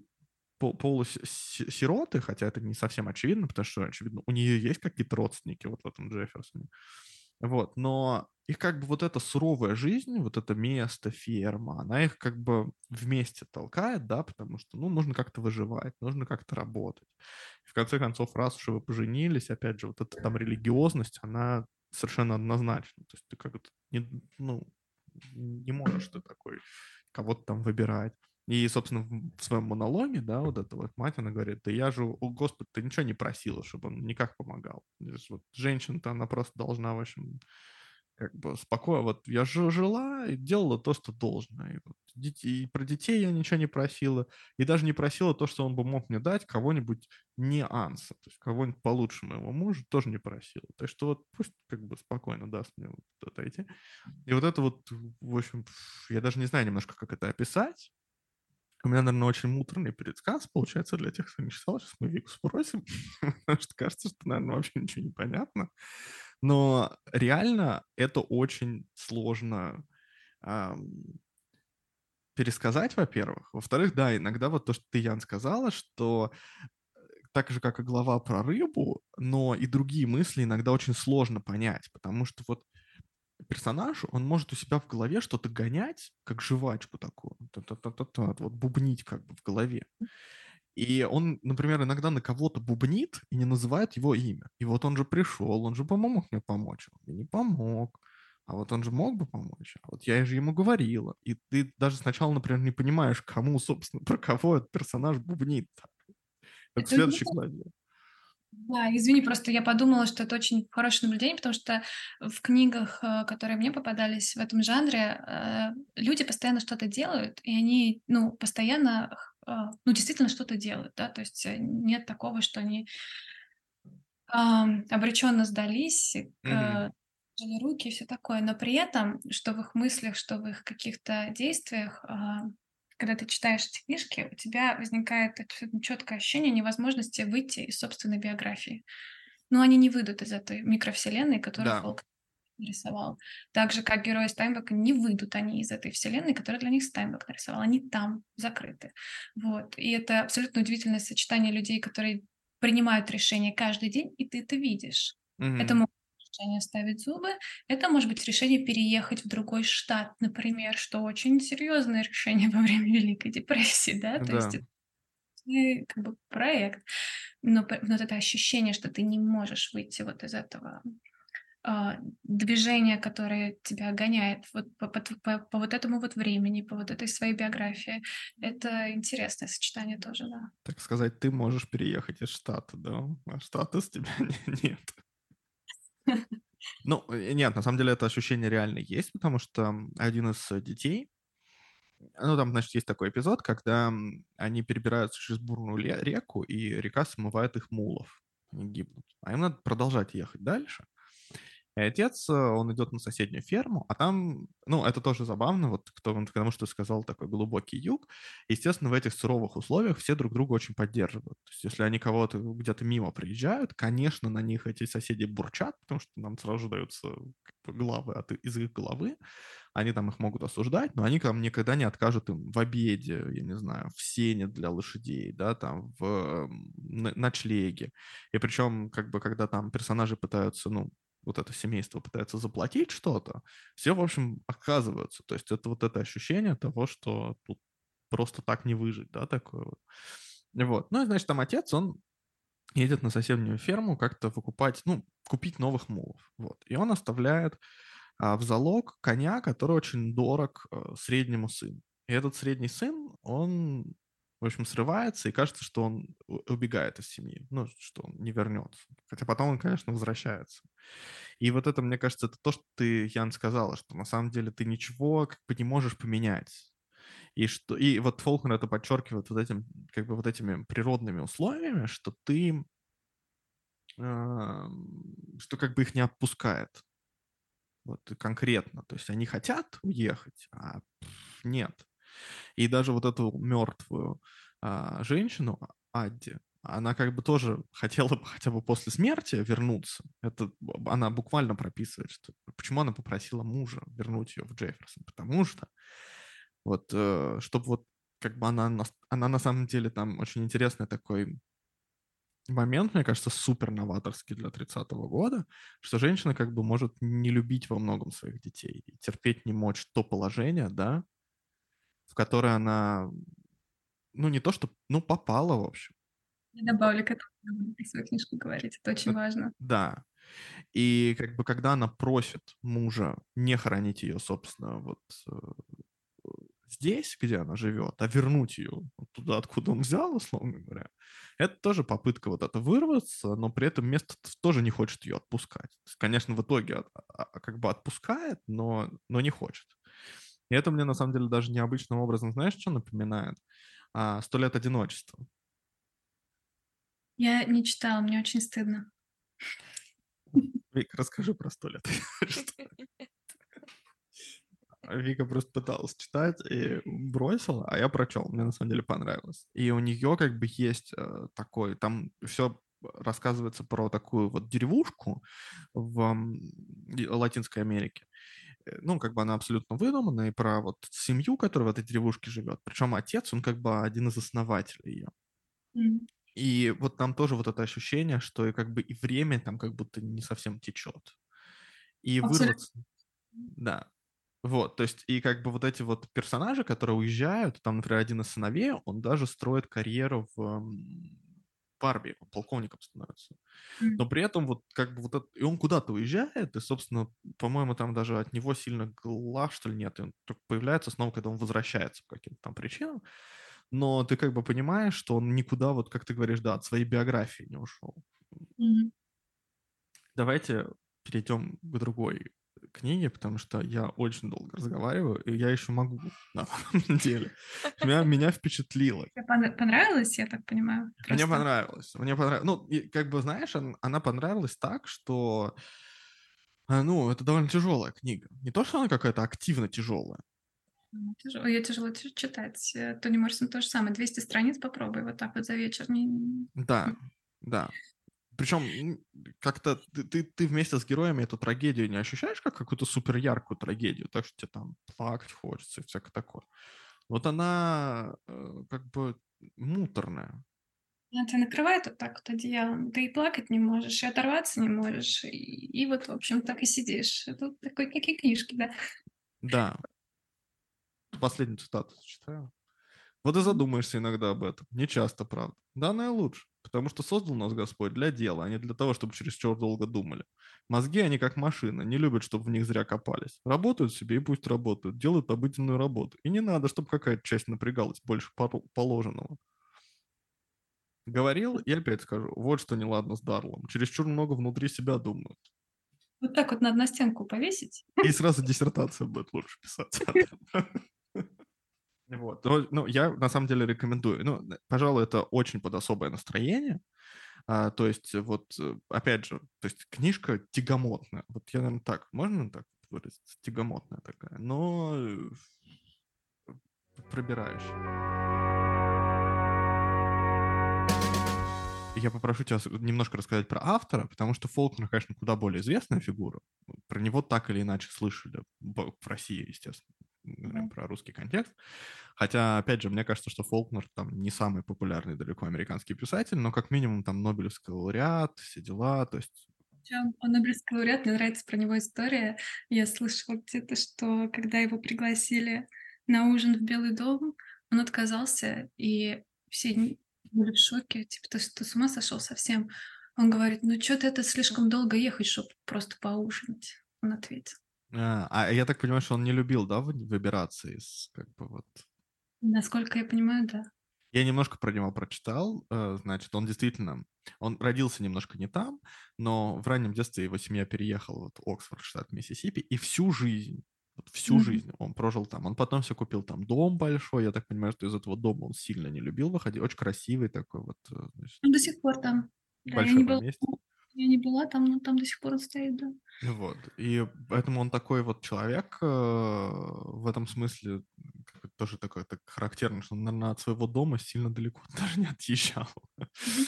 полусироты, хотя это не совсем очевидно, потому что, очевидно, у нее есть какие-то родственники вот в этом Джефферсоне. Вот, но их как бы вот эта суровая жизнь, вот это место, ферма, она их как бы вместе толкает, да, потому что, ну, нужно как-то выживать, нужно как-то работать. И в конце концов, раз уж вы поженились, опять же, вот эта там религиозность, она совершенно однозначна. То есть ты как-то не, ну, не можешь ты такой кого-то там выбирать. И, собственно, в своем монологе, да, вот эта вот мать, она говорит, да я же, о, Господи, ты ничего не просила, чтобы он никак помогал. Вот женщина-то, она просто должна, в общем, как бы спокойно, вот я же жила и делала то, что должно. И, вот, и про детей я ничего не просила, и даже не просила то, что он бы мог мне дать, кого-нибудь не Анса, то есть кого-нибудь получше моего мужа, тоже не просила. Так что вот пусть как бы спокойно даст мне вот отойти. И вот это вот, в общем, я даже не знаю немножко, как это описать. У меня, наверное, очень муторный пересказ получается для тех, кто не читал. Сейчас мы Вику спросим, потому что кажется, что, наверное, вообще ничего не понятно. Но реально это очень сложно пересказать, во-первых. Во-вторых, да, иногда вот то, что ты, Ян, сказала, что так же, как и глава про рыбу, но и другие мысли иногда очень сложно понять, потому что вот персонаж, он может у себя в голове что-то гонять, как жвачку такую, та-та-та-та-та, вот бубнить как бы в голове. И он, например, иногда на кого-то бубнит и не называет его имя. И вот он же пришел, он же, по-моему, мог мне помочь. Он мне не помог. А вот он же мог бы помочь. А вот я же ему говорила. И ты даже сначала, например, не понимаешь, кому, собственно, про кого этот персонаж бубнит. Так. Это в Это следующей главе. Да, извини, просто я подумала, что это очень хорошее наблюдение, потому что в книгах, которые мне попадались в этом жанре, люди постоянно что-то делают, и они, ну, постоянно, ну, действительно что-то делают, да, то есть нет такого, что они обреченно сдались, Мгм. сложили руки и все такое. Но при этом, что в их мыслях, что в их каких-то действиях, когда ты читаешь эти книжки, у тебя возникает абсолютно четкое ощущение невозможности выйти из собственной биографии. Но они не выйдут из этой микровселенной, которую Да, Холк нарисовал. Так же, как герои Стайнбека, не выйдут они из этой вселенной, которую для них Стайнбек нарисовал. Они там, закрыты. Вот. И это абсолютно удивительное сочетание людей, которые принимают решения каждый день, и ты это видишь. Это мгм. может быть решение оставить зубы, это может быть решение переехать в другой штат, например, что очень серьезное решение во время Великой депрессии, да, то есть Да. это как бы проект, но вот это ощущение, что ты не можешь выйти вот из этого движение, которое тебя гоняет вот по вот этому вот времени, по вот этой своей биографии. Это интересное сочетание тоже, да. Так сказать, ты можешь переехать из штата, да, а штат из тебя нет. Ну, нет, на самом деле это ощущение реально есть, потому что один из детей, ну, там, значит, есть такой эпизод, когда они перебираются через бурную реку, и река смывает их мулов. Они гибнут. А им надо продолжать ехать дальше. И отец, он идет на соседнюю ферму, а там, ну, это тоже забавно, вот потому что ты сказал такой глубокий юг. Естественно, в этих суровых условиях все друг друга очень поддерживают. То есть, если они кого-то где-то мимо приезжают, конечно, на них эти соседи бурчат, потому что нам сразу же даются как бы главы из их головы. Они там их могут осуждать, но они там никогда не откажут им в обеде, я не знаю, в сене для лошадей, да, там, в ночлеге. И причем, как бы, когда там персонажи пытаются, ну, вот это семейство пытается заплатить что-то, все, в общем, отказываются. То есть это вот это ощущение того, что тут просто так не выжить, да, такое вот. Вот. Ну и, значит, там отец, он едет на соседнюю ферму как-то выкупать, ну, купить новых мулов. Вот. И он оставляет в залог коня, который очень дорог среднему сыну. И этот средний сын, он, в общем, срывается, и кажется, что он убегает из семьи, ну, что он не вернется. Хотя потом он, конечно, возвращается. И вот это, мне кажется, это то, что ты, Ян, сказала, что на самом деле ты ничего как бы не можешь поменять. И вот Фолкнер это подчеркивает вот этим, как бы вот этими природными условиями, что ты, что как бы их не отпускает. Вот конкретно. То есть они хотят уехать, а нет. И даже вот эту мертвую женщину, Адди, она как бы тоже хотела бы хотя бы после смерти вернуться. Это она буквально прописывает, что почему она попросила мужа вернуть ее в Джефферсон. Потому что вот, чтобы вот как бы она на самом деле там очень интересный такой момент, мне кажется, супер новаторский для 30-го года, что женщина как бы может не любить во многом своих детей и терпеть не мочь то положение, да, в которое она, ну, не то что, ну, попала, в общем. Я добавлю к этому, про свою книжку говорить, это очень Э, важно. Да. И как бы когда она просит мужа не хоронить ее, собственно, вот здесь, где она живет, а вернуть ее вот туда, откуда он взял, условно говоря, это тоже попытка вот это вырваться, но при этом место тоже не хочет ее отпускать. То есть, конечно, в итоге как бы отпускает, но не хочет. И это мне на самом деле даже необычным образом, знаешь, что напоминает? «100 лет одиночества». Я не читала, мне очень стыдно. Вика, расскажи про «100 лет одиночества». Вика просто пыталась читать и бросила, а я прочел. Мне на самом деле понравилось. И у нее как бы есть такой, там все рассказывается про такую вот деревушку в Латинской Америке. Ну, как бы она абсолютно выдуманная, и про вот семью, которая в этой деревушке живет. Причем отец, он как бы один из основателей ее. М. И вот там тоже вот это ощущение, что и как бы и время там как будто не совсем течет. И Абсолютно. вырваться, да. Вот, то есть, и как бы вот эти вот персонажи, которые уезжают, там, например, один из сыновей, он даже строит карьеру в армии, он полковником становится. М. Но при этом вот как бы вот это, и он куда-то уезжает, и, собственно, по-моему, там даже от него сильно глав, что ли, нет, и он только появляется снова, когда он возвращается по каким-то там причинам. но ты как бы понимаешь, что он никуда, вот как ты говоришь, да, от своей биографии не ушел. Мгм. Давайте перейдем к другой книге, потому что я очень долго разговариваю, и я еще могу, на самом деле. Меня впечатлило. Тебе понравилось, я так понимаю? Мне Просто понравилось. Мне понравилось. Ну, и как бы, знаешь, она понравилась так, что, ну, это довольно тяжелая книга. Не то, что она какая-то активно тяжелая. её тяжело читать. Тони Моррисон то же самое. 200 страниц попробуй вот так вот за вечер. Да, да. Причем как-то ты вместе с героями эту трагедию не ощущаешь как какую-то супер яркую трагедию, так что тебе там плакать хочется и всякое такое. Вот она как бы муторная. Она тебя накрывает вот так вот одеялом. Ты и плакать не можешь, и оторваться не можешь. И вот, в общем, так и сидишь. Это такой, как и книжки, да. Да. Последнюю цитату читаю. Вот и задумаешься иногда об этом. Не часто, правда. Да, наилучше. Потому что создал нас Господь для дела, а не для того, чтобы чересчур долго думали. Мозги, они как машины, не любят, чтобы в них зря копались. Работают себе и пусть работают, делают обыденную работу. И не надо, чтобы какая-то часть напрягалась больше положенного. Говорил и опять скажу, вот что неладно с Дарлом. Чересчур много внутри себя думают. Вот так вот надо на стенку повесить. И сразу диссертация будет лучше писать. Вот. Ну, я на самом деле рекомендую. Ну, пожалуй, это очень под особое настроение. То есть, вот, опять же, то есть книжка тягомотная. Вот я, наверное, так, можно так выразиться? Тягомотная такая, но пробирающая. Я попрошу тебя немножко рассказать про автора, потому что Фолкнер, конечно, куда более известная фигура. Про него так или иначе слышали в России, естественно. Мы говорим про русский контекст. Хотя, опять же, мне кажется, что Фолкнер там не самый популярный далеко американский писатель, но как минимум там Нобелевский лауреат, все дела, то есть... Он Нобелевский лауреат, мне нравится про него история. Я слышала где-то, что когда его пригласили на ужин в Белый дом, он отказался, и все были в шоке. Типа, ты с ума сошел совсем? Он говорит, ну что-то это слишком долго ехать, чтобы просто поужинать. Он ответил. Я так понимаю, что он не любил, да, выбираться из, как бы, вот... Насколько я понимаю, да. Я немножко про него прочитал, значит, он действительно, он родился немножко не там, но в раннем детстве его семья переехала вот в Оксфорд, штат Миссисипи, и всю жизнь, вот всю Мгм. жизнь он прожил там. Он потом себе купил там дом большой, я так понимаю, что из этого дома он сильно не любил выходить, очень красивый такой вот, значит, Он до сих пор там. Да, большой поместье. я не была там, но там до сих пор он стоит, да. Вот. И поэтому он такой вот человек в этом смысле как бы тоже такой так характерный, что он, наверное, от своего дома сильно далеко даже не отъезжал. Мгм.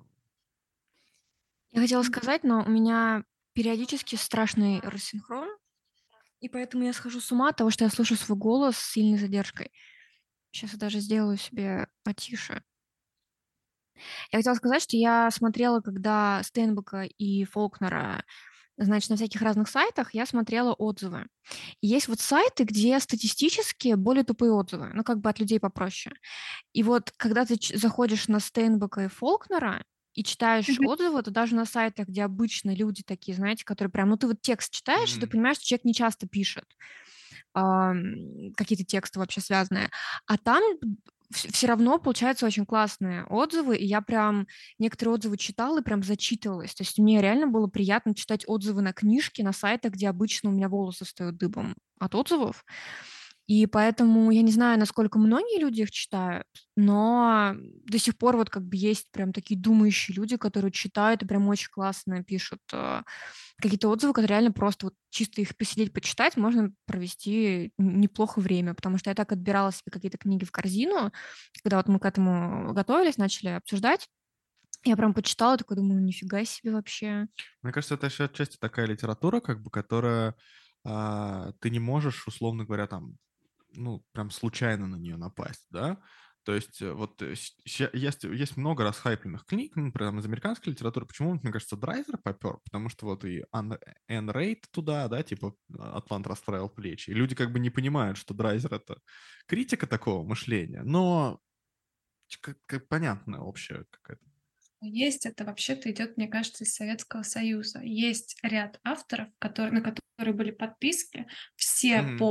Я хотела сказать, но у меня периодически страшный рассинхрон, и поэтому я схожу с ума от того, что я слышу свой голос с сильной задержкой. Сейчас я даже сделаю себе потише. Я хотела сказать, что я смотрела, когда Стейнбека и Фолкнера, значит, на всяких разных сайтах, я смотрела отзывы. И есть вот сайты, где статистически более тупые отзывы, ну, как бы от людей попроще. И вот когда ты заходишь на Стейнбека и Фолкнера и читаешь Мгм. отзывы, то даже на сайтах, где обычно люди такие, знаете, которые прям, ну, ты вот текст читаешь, и ты понимаешь, что человек не часто пишет какие-то тексты вообще связанные. А там все равно получаются очень классные отзывы, и я прям некоторые отзывы читала и прям зачитывалась. То есть мне реально было приятно читать отзывы на книжки на сайтах, где обычно у меня волосы встают дыбом от отзывов. И поэтому я не знаю, насколько многие люди их читают, но до сих пор вот как бы есть прям такие думающие люди, которые читают и прям очень классно пишут какие-то отзывы, которые реально просто вот чисто их посидеть, почитать, можно провести неплохо время, потому что я так отбирала себе какие-то книги в корзину, когда вот мы к этому готовились, начали обсуждать, я прям почитала, такой думаю, нифига себе вообще. Мне кажется, это еще отчасти такая литература, как бы, которая ты не можешь, условно говоря, там, ну, прям случайно на нее напасть, да? То есть вот есть много расхайпленных книг, ну, прям из американской литературы. Почему, мне кажется, Драйзер попер? Потому что вот и Энн Рейд туда, да, типа «Атлант расправил плечи». И люди как бы не понимают, что Драйзер — это критика такого мышления, но как понятная общая какая-то. Есть, это вообще-то идет, мне кажется, из Советского Союза. Есть ряд авторов, на которые были подписки, все Мгм. помнят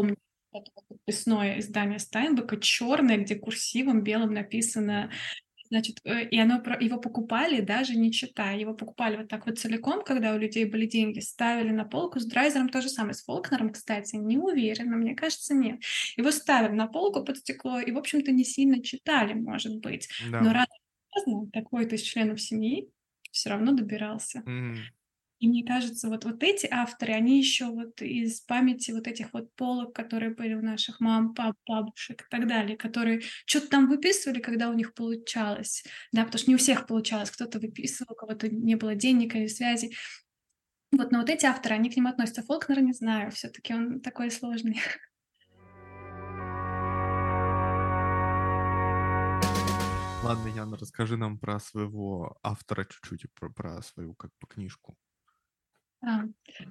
это вот подписное издание Стайнбека, черное, где курсивом белым написано, значит, и его покупали, даже не читая. Его покупали вот так вот целиком, когда у людей были деньги, ставили на полку. С Драйзером то же самое. С Фолкнером, кстати, не уверена, мне кажется, нет. Его ставили на полку под стекло и, в общем-то, не сильно читали, может быть. Но Да. рано или поздно какой-то из членов семьи все равно добирался. Мгм. И мне кажется, вот эти авторы, они еще вот из памяти вот этих вот полок, которые были у наших мам, пап, бабушек и так далее, которые что-то там выписывали, когда у них получалось, да, потому что не у всех получалось, кто-то выписывал, у кого-то не было денег или связи. Вот, но вот эти авторы, они к ним относятся. Фолкнера не знаю, все-таки он такой сложный. Ладно, Яна, расскажи нам про своего автора чуть-чуть, и про свою как бы книжку. А,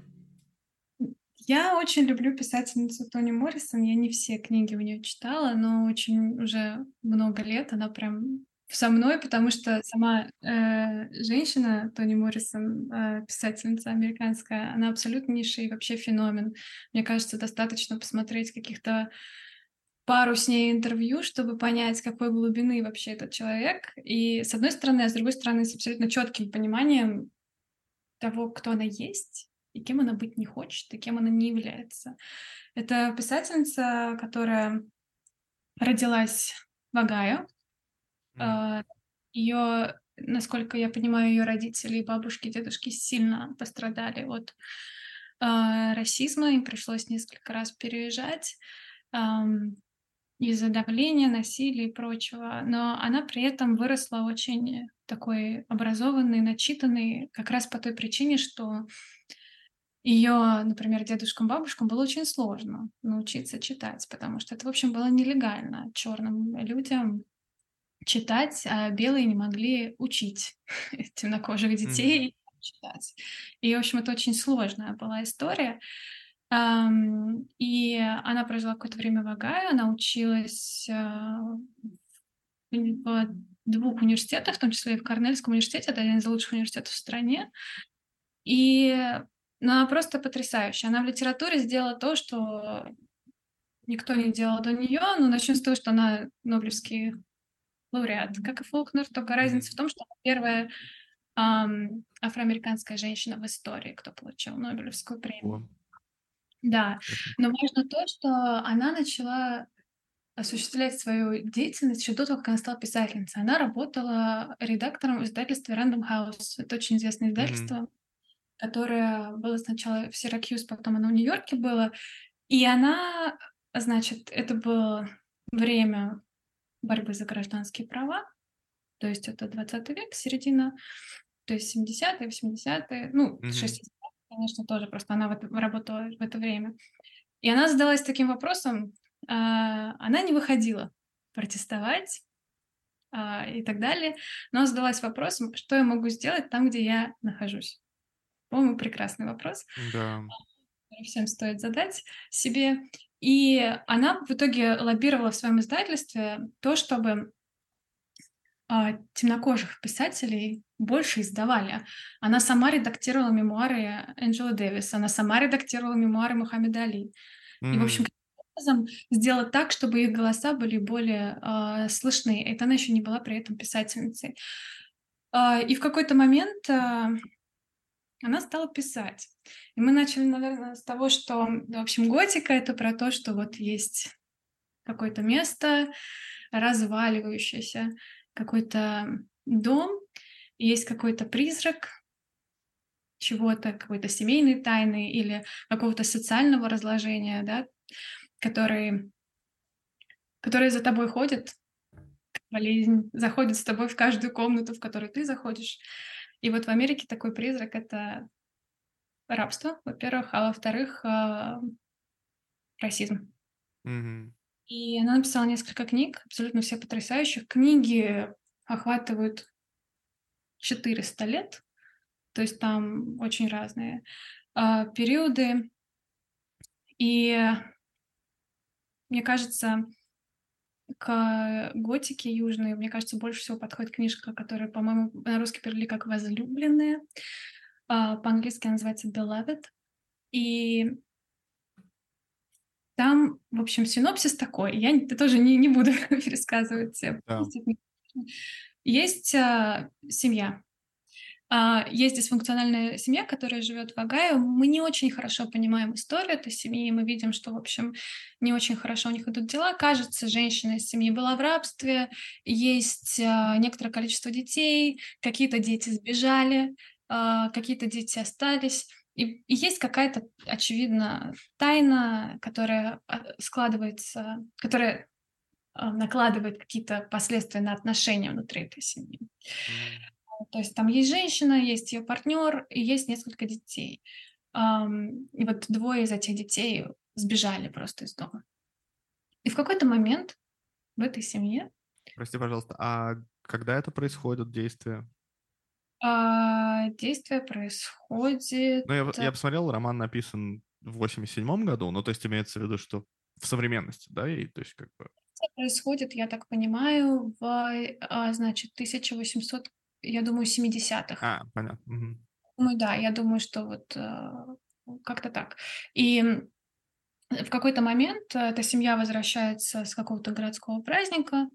Я очень люблю писательницу Тони Моррисон. Я не все книги у нее читала, но очень уже много лет она прям со мной, потому что сама женщина Тони Моррисон, писательница американская, она абсолютнейший вообще феномен. Мне кажется, достаточно посмотреть каких-то пару с ней интервью, чтобы понять, какой глубины вообще этот человек. И с одной стороны, а с другой стороны, с абсолютно четким пониманием того, кто она есть, и кем она быть не хочет, и кем она не является. Это писательница, которая родилась в Огайо. Мгм. Ее, насколько я понимаю, ее родители, бабушки, дедушки сильно пострадали от расизма. Им пришлось несколько раз переезжать из-за давления, насилия и прочего. Но она при этом выросла очень такой образованной, начитанной, как раз по той причине, что ее, например, дедушкам, бабушкам было очень сложно научиться читать, потому что это, в общем, было нелегально черным людям читать, а белые не могли учить темнокожих Мгм. детей читать. И, в общем, это очень сложная была история. И она прожила какое-то время в Огайо, она училась в двух университетах, в том числе и в Корнельском университете, это один из лучших университетов в стране. И ну, она просто потрясающая. Она в литературе сделала то, что никто не делал до нее. Ну, начнем с того, что она Нобелевский лауреат, как и Фолкнер, только разница в Мгм. том, что она первая афроамериканская женщина в истории, кто получил Нобелевскую премию. О, Да, очень но круто. важно то, что она начала осуществлять свою деятельность еще до того, как она стала писательницей. Она работала редактором в издательстве Random House. Это очень известное Мгм. издательство, которое было сначала в Сиракьюз, потом оно в Нью-Йорке было. И она, значит, это было время борьбы за гражданские права, то есть это 20 век, середина, то есть 70-е, 80-е, ну, Мгм. 60-е, конечно, тоже, просто она работала в это время. И она задалась таким вопросом, она не выходила протестовать и так далее, но задалась вопросом, что я могу сделать там, где я нахожусь. По-моему, прекрасный вопрос. Да. Всем стоит задать себе. И она в итоге лоббировала в своем издательстве то, чтобы темнокожих писателей больше издавали. Она сама редактировала мемуары Энджелы Дэвис, она сама редактировала мемуары Мухаммеда Али. И, в общем, Мгм. каким образом сделать так, чтобы их голоса были более слышны. Это она еще не была при этом писательницей. И в какой-то момент она стала писать. И мы начали, наверное, с того, что, в общем, готика — это про то, что вот есть какое-то место разваливающееся, какой-то дом, и есть какой-то призрак чего-то, какой-то семейной тайны или какого-то социального разложения, да, который, который за тобой ходит, как болезнь, заходит с тобой в каждую комнату, в которую ты заходишь. И вот в Америке такой призрак — это рабство, во-первых, а во-вторых, расизм. Мгм. И она написала несколько книг, абсолютно все потрясающих. Книги охватывают 400 лет, то есть там очень разные периоды. И мне кажется, к готике южной, мне кажется, больше всего подходит книжка, которая, по-моему, на русский перевели как «Возлюбленные». По-английски она называется «Beloved». И Там, в общем, синопсис такой. Я тоже не буду пересказывать. Да. Есть семья. Есть дисфункциональная семья, которая живет в Огайо. Мы не очень хорошо понимаем историю этой семьи. Мы видим, что, в общем, не очень хорошо у них идут дела. Кажется, женщина из семьи была в рабстве. Есть некоторое количество детей. Какие-то дети сбежали, какие-то дети остались. И есть какая-то, очевидно, тайна, которая складывается, которая накладывает какие-то последствия на отношения внутри этой семьи. То есть там есть женщина, есть ее партнер и есть несколько детей. И вот двое из этих детей сбежали просто из дома. И в какой-то момент в этой семье Прости, пожалуйста, а когда это происходит, действие? действие происходит... Ну, я посмотрел, роман написан в 87 году, ну, то есть имеется в виду, что в современности, да, и то есть как бы... происходит, я так понимаю, значит, 1800, я думаю, 70-х. Понятно. Мгм. Ну да, я думаю, что вот как-то так. И в какой-то момент эта семья возвращается с какого-то городского праздника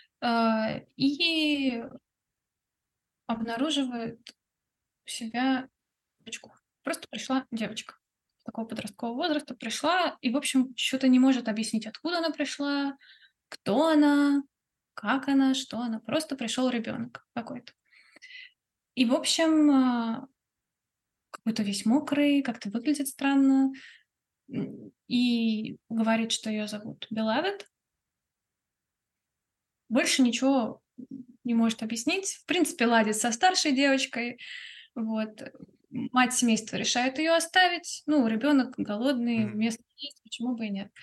и обнаруживает у себя девочку. Просто пришла девочка такого подросткового возраста, пришла и, в общем, что-то не может объяснить, откуда она пришла, кто она, как она, что она. Просто пришел ребенок какой-то. И, в общем, какой-то весь мокрый, как-то выглядит странно. И говорит, что ее зовут Белавет. Больше ничего не может объяснить. В принципе, ладит со старшей девочкой. Вот. Мать семейства решает ее оставить. Ну, ребенок голодный, место есть, почему бы и нет.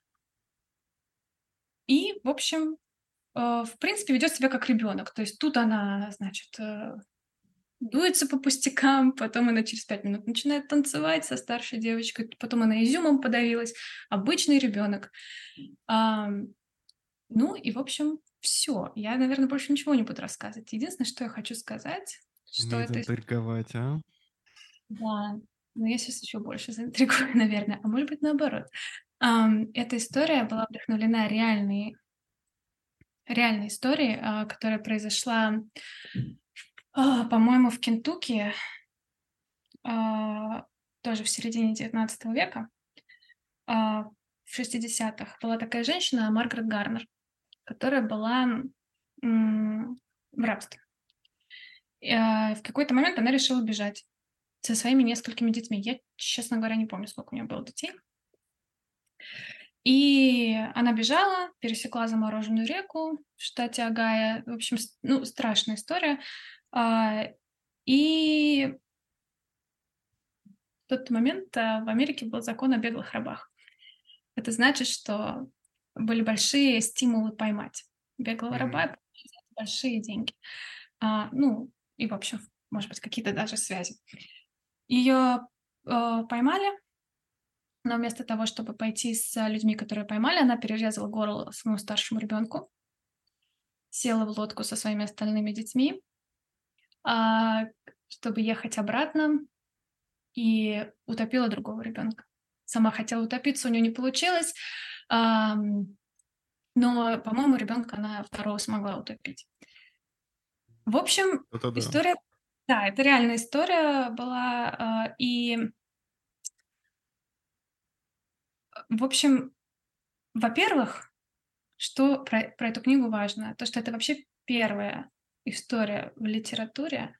И, в общем, в принципе, ведет себя как ребенок. То есть тут она, значит, дуется по пустякам, потом она через 5 минут начинает танцевать со старшей девочкой, потом она изюмом подавилась. Обычный ребенок. Ну и, в общем, все. Я, наверное, больше ничего не буду рассказывать. Единственное, что я хочу сказать, что Умеет это... интриговать, а? Да, но я сейчас еще больше заинтригую, наверное. А может быть, наоборот. Эта история была вдохновлена реальной историей, которая произошла, по-моему, в Кентукки, тоже в середине 19 века, в 60-х. Была такая женщина, Маргарет Гарнер, которая была в рабстве. В какой-то момент она решила бежать со своими несколькими детьми. Я, честно говоря, не помню, сколько у нее было детей. И она бежала, пересекла замороженную реку в штате Огайо. В общем, ну, страшная история. И в тот момент в Америке был закон о беглых рабах. Это значит, что были большие стимулы поймать беглого раба, и получить большие деньги. Ну, и, в общем, может быть, какие-то даже связи. Ее поймали, но вместо того, чтобы пойти с людьми, которые поймали, она перерезала горло своему старшему ребенку, села в лодку со своими остальными детьми, чтобы ехать обратно, и утопила другого ребенка. Сама хотела утопиться, у нее не получилось, но, по-моему, ребенка она второго смогла утопить. В общем, Это да. история... Да, это реальная история была, и в общем, во-первых, что про эту книгу важно, то, что это вообще первая история в литературе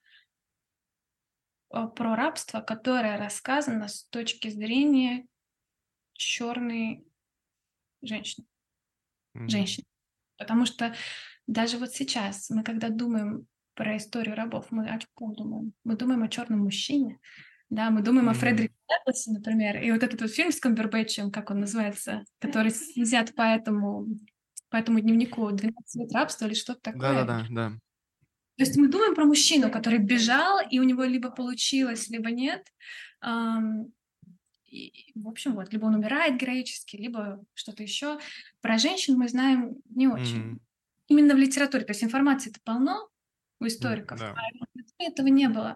про рабство, которая рассказана с точки зрения черной женщины. Женщины. Потому что даже вот сейчас мы, когда думаем про историю рабов, мы о чем думаем? Мы думаем о черном мужчине, да, мы думаем о Фредерике Доугласе, например, и вот этот вот фильм с Камбербэтчем, как он называется, который снят по этому дневнику «12 лет рабства» или что-то такое. Да. То есть мы думаем про мужчину, который бежал, и у него либо получилось, либо нет. И, в общем, вот, либо он умирает героически, либо что-то еще. Про женщин мы знаем не очень. Именно в литературе. То есть информации-то полно у историков, Да. а в литературе этого не было.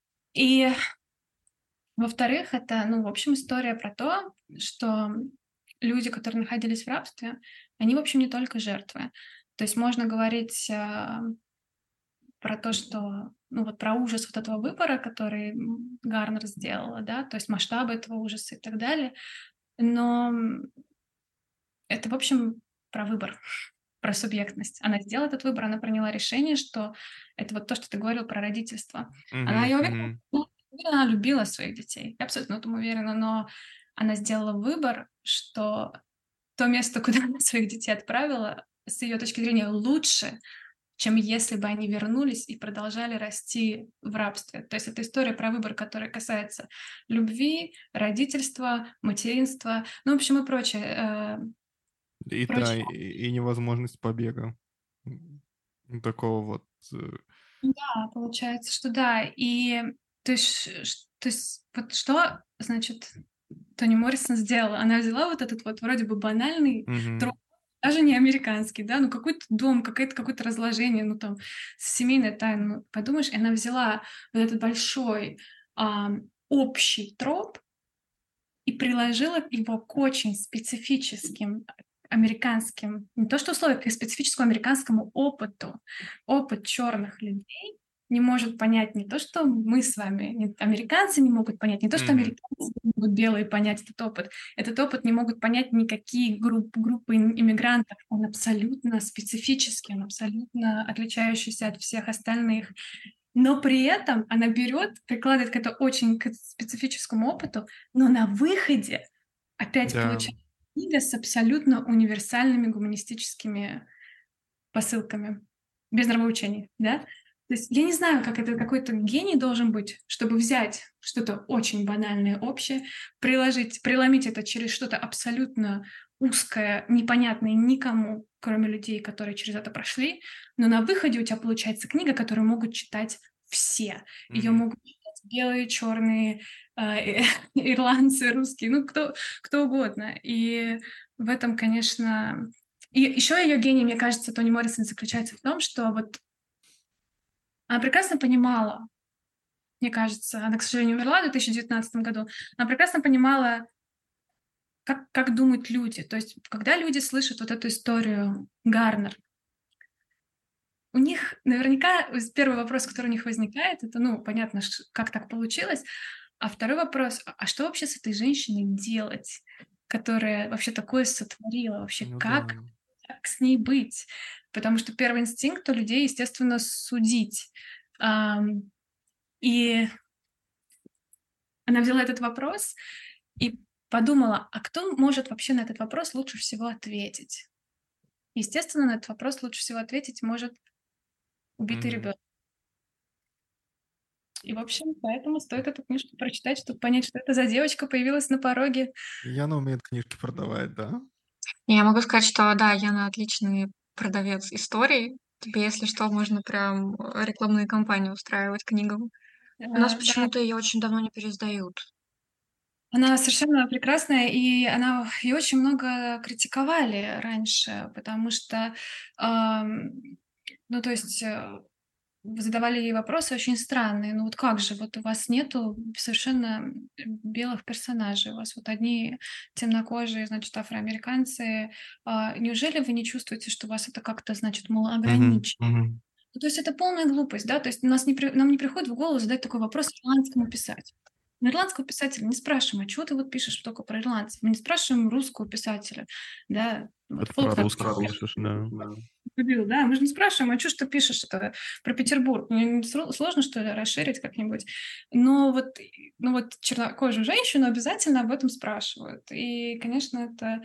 И, во-вторых, это, ну, в общем, история про то, что люди, которые находились в рабстве, они, в общем, не только жертвы. То есть можно говорить про то, что, ну вот про ужас вот этого выбора, который Гарнер сделала, да, то есть масштабы этого ужаса и так далее. Но это, в общем, про выбор, про субъектность. Она сделала этот выбор, она приняла решение, что это вот то, что ты говорил про родительство. Я уверена, она любила своих детей, я абсолютно в этом уверена, но она сделала выбор, что то место, куда она своих детей отправила, с ее точки зрения лучше, чем если бы они вернулись и продолжали расти в рабстве. То есть это история про выбор, которая касается любви, родительства, материнства, ну, в общем, и прочее. И да, и невозможность побега. Такого вот... Да, получается, что да. И то есть вот что, значит, Тони Моррисон сделала? Она взяла вот этот вот вроде бы банальный троп, даже не американский, да, ну какой-то дом, какое-то разложение, ну там семейная тайна, ну, подумаешь, и она взяла вот этот большой общий троп и приложила его к очень специфическим американским, не то что условиям, к специфическому американскому опыту. Опыт черных людей не может понять не то, что мы с вами, американцы не могут понять, не то, что американцы не могут белые понять этот опыт. Этот опыт не могут понять никакие группы иммигрантов. Он абсолютно специфический, он абсолютно отличающийся от всех остальных. Но при этом она берет, прикладывает к этому очень к специфическому опыту, но на выходе опять получается книга с абсолютно универсальными гуманистическими посылками, без нравоучений, да? То есть я не знаю, как это какой-то гений должен быть, чтобы взять что-то очень банальное, общее, преломить это через что-то абсолютно узкое, непонятное никому, кроме людей, которые через это прошли, но на выходе у тебя получается книга, которую могут читать все. Ее могут читать белые, черные, ирландцы, русские, ну кто угодно. И в этом, конечно... И еще ее гений, мне кажется, Тони Моррисон заключается в том, что вот она прекрасно понимала, мне кажется, она, к сожалению, умерла в 2019 году, она прекрасно понимала, как думают люди. То есть, когда люди слышат вот эту историю Гарнер, у них наверняка первый вопрос, который у них возникает, это, ну, понятно, как так получилось, а второй вопрос, а что вообще с этой женщиной делать, которая вообще такое сотворила, вообще как с ней быть? Потому что первый инстинкт у людей, естественно, судить. И она взяла этот вопрос и подумала, а кто может вообще на этот вопрос лучше всего ответить? Естественно, на этот вопрос лучше всего ответить может убитый ребенок. И, в общем, поэтому стоит эту книжку прочитать, чтобы понять, что это за девочка появилась на пороге. Яна умеет книжки продавать, да? Я могу сказать, что да, Яна отличный продавец историй. Тебе, если что, можно прям рекламные кампании устраивать книгам. У нас Да. почему-то ее очень давно не переиздают. Она совершенно прекрасная, и ее очень много критиковали раньше, потому что, ну, то есть задавали ей вопросы очень странные. Ну вот как же, вот у вас нету совершенно белых персонажей, у вас вот одни темнокожие, значит, афроамериканцы. Неужели вы не чувствуете, что вас это как-то, значит, мол, ограничит? Ну, то есть это полная глупость, да? То есть нам не приходит в голову задать такой вопрос ирландскому писателю. Мы ирландского писателя не спрашиваем, а чего ты вот пишешь только про ирландцев? Мы не спрашиваем русского писателя, да? Вот Это про Фолкнер русских пишешь, да. любил, да? Мы же не спрашиваем, а что ж ты пишешь это про Петербург? Не сложно, что ли, расширить как-нибудь? Но вот, ну вот чернокожую женщину обязательно об этом спрашивают. И, конечно, это...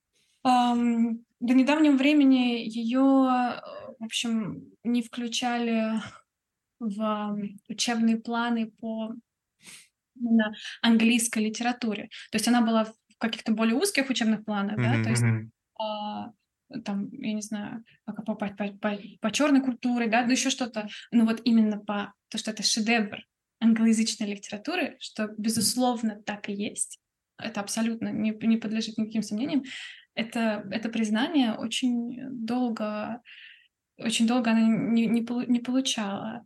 до недавнего времени ее, в общем, не включали в учебные планы по именно английской литературе. То есть она была в каких-то более узких учебных планах, да, то есть там, я не знаю, по черной культуре, да, ну еще что-то, ну вот именно по то, что это шедевр англоязычной литературы, что, безусловно, так и есть, это абсолютно не подлежит никаким сомнениям, это признание очень долго она не получала.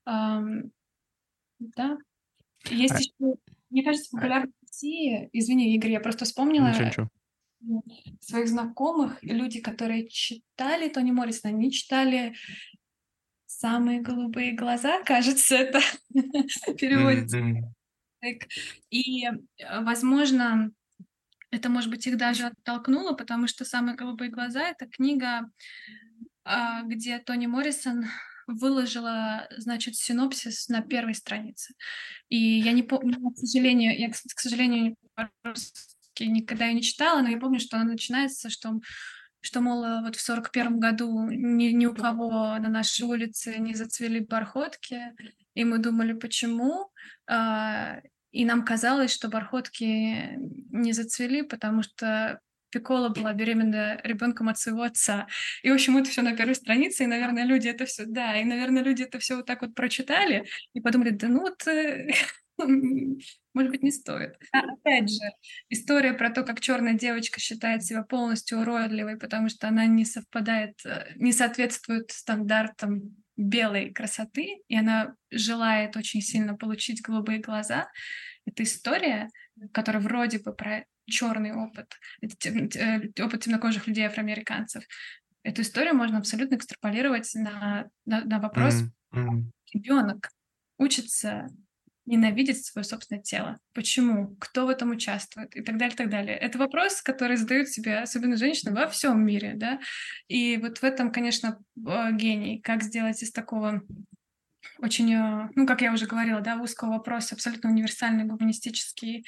Да. Есть еще, мне кажется, популярно в России, извини, Игорь, я просто вспомнила, Ничего. своих знакомых, и люди, которые читали Тони Моррисона, они читали «Самые голубые глаза», кажется, это переводится. Так. И, возможно, это, может быть, их даже оттолкнуло, потому что «Самые голубые глаза» — это книга, где Тони Моррисон выложила, значит, синопсис на первой странице. И я не помню, к сожалению, к сожалению, по-русски никогда ее не читала, но я помню, что она начинается, что, мол, вот в 41 году ни у кого на нашей улице не зацвели бархотки, и мы думали, почему. И нам казалось, что бархотки не зацвели, потому что Пикколо была беременна ребенком от своего отца. И, в общем, это все на первой странице, и, наверное, люди это все, да, и, наверное, люди это все вот так вот прочитали и подумали, да ну вот, может быть, не стоит. Опять же, история про то, как черная девочка считает себя полностью уродливой, потому что она не не соответствует стандартам белой красоты, и она желает очень сильно получить голубые глаза. Это история, которая вроде бы про черный опыт, опыт темнокожих людей, афроамериканцев. Эту историю можно абсолютно экстраполировать на вопрос: ребенок учится ненавидеть свое собственное тело. Почему? Кто в этом участвует? И так далее, так далее. Это вопрос, который задают себе особенно женщины во всем мире, да. И вот в этом, конечно, гений. Как сделать из такого очень, ну, как я уже говорила, да, узкого вопроса абсолютно универсальный гуманистический,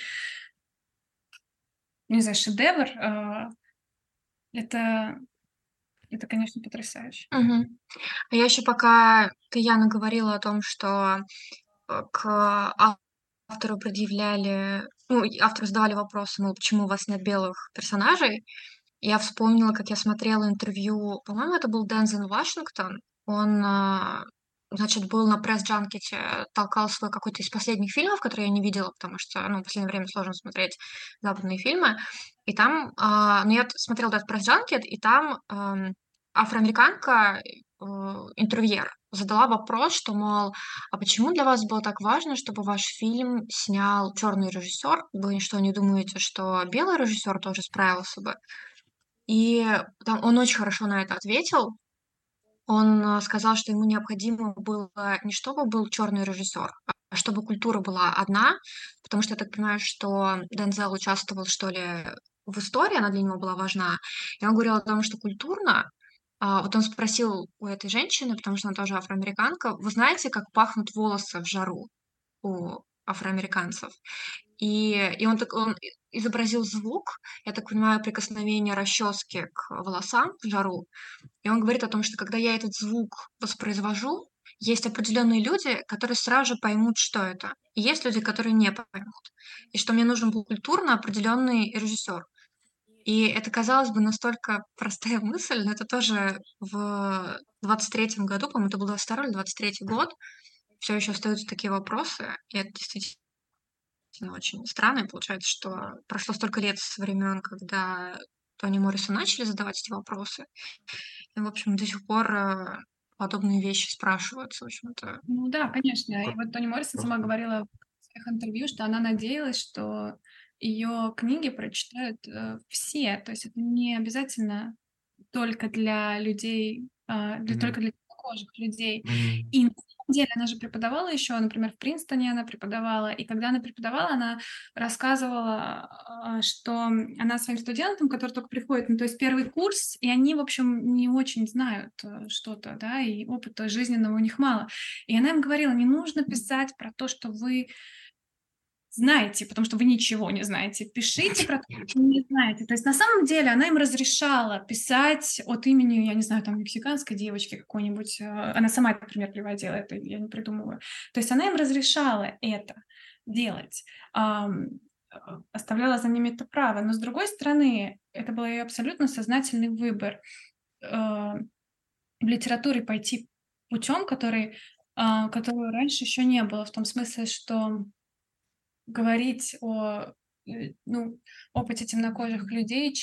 не знаю, шедевр. Это, это, конечно, потрясающе. Мгм. А я еще пока ты, Яна, говорила о том, что к автору предъявляли, ну, и автору задавали вопросы, мол, почему у вас нет белых персонажей. Я вспомнила, как я смотрела интервью, по-моему, это был Дензел Вашингтон. Он, значит, был на пресс-джанкете, толкал свой какой-то из последних фильмов, которые я не видела, потому что, ну, в последнее время сложно смотреть западные фильмы. И там, ну, я смотрела этот пресс-джанкет, и там афроамериканка, интервьюер, задала вопрос, что, мол, а почему для вас было так важно, чтобы ваш фильм снял черный режиссер? Вы что, не думаете, что белый режиссер тоже справился бы? И там он очень хорошо на это ответил. Он сказал, что ему необходимо было не чтобы был черный режиссер, а чтобы культура была одна, потому что я так понимаю, что Дензел участвовал, что ли, в истории, она для него была важна. И он говорил о том, что культурно, вот он спросил у этой женщины, потому что она тоже афроамериканка, вы знаете, как пахнут волосы в жару у афроамериканцев? И он изобразил звук, я так понимаю, прикосновение расчески к волосам в жару. И он говорит о том, что когда я этот звук воспроизвожу, есть определенные люди, которые сразу же поймут, что это. И есть люди, которые не поймут. И что мне нужен был культурно определенный режиссер. И это, казалось бы, настолько простая мысль, но это тоже в 23-м году, по-моему, это был 22-й или 23-й год, все еще остаются такие вопросы, и это действительно очень странно. И получается, что прошло столько лет со времен, когда Тони Моррису начали задавать эти вопросы, и, в общем, до сих пор подобные вещи спрашиваются, в общем-то. Ну да, конечно. И вот Тони Моррисон сама говорила в своих интервью, что она надеялась, что ее книги прочитают все. То есть это не обязательно только для людей, только для темнокожих людей. И на самом деле она же преподавала еще, например, в Принстоне она преподавала, и когда она преподавала, она рассказывала, что она своим студентам, которые только приходят, ну, то есть первый курс, и они, в общем, не очень знают что-то, да, и опыта жизненного у них мало. И она им говорила, не нужно писать про то, что вы знаете, потому что вы ничего не знаете. Пишите про то, что вы не знаете. То есть на самом деле она им разрешала писать от имени, я не знаю, там, мексиканской девочки какой-нибудь. Она сама этот пример приводила, это я не придумываю. То есть она им разрешала это делать. Оставляла за ними это право. Но с другой стороны, это был ее абсолютно сознательный выбор в литературе пойти путем, которого раньше еще не было, в том смысле, что говорить о ну, опыте темнокожих людей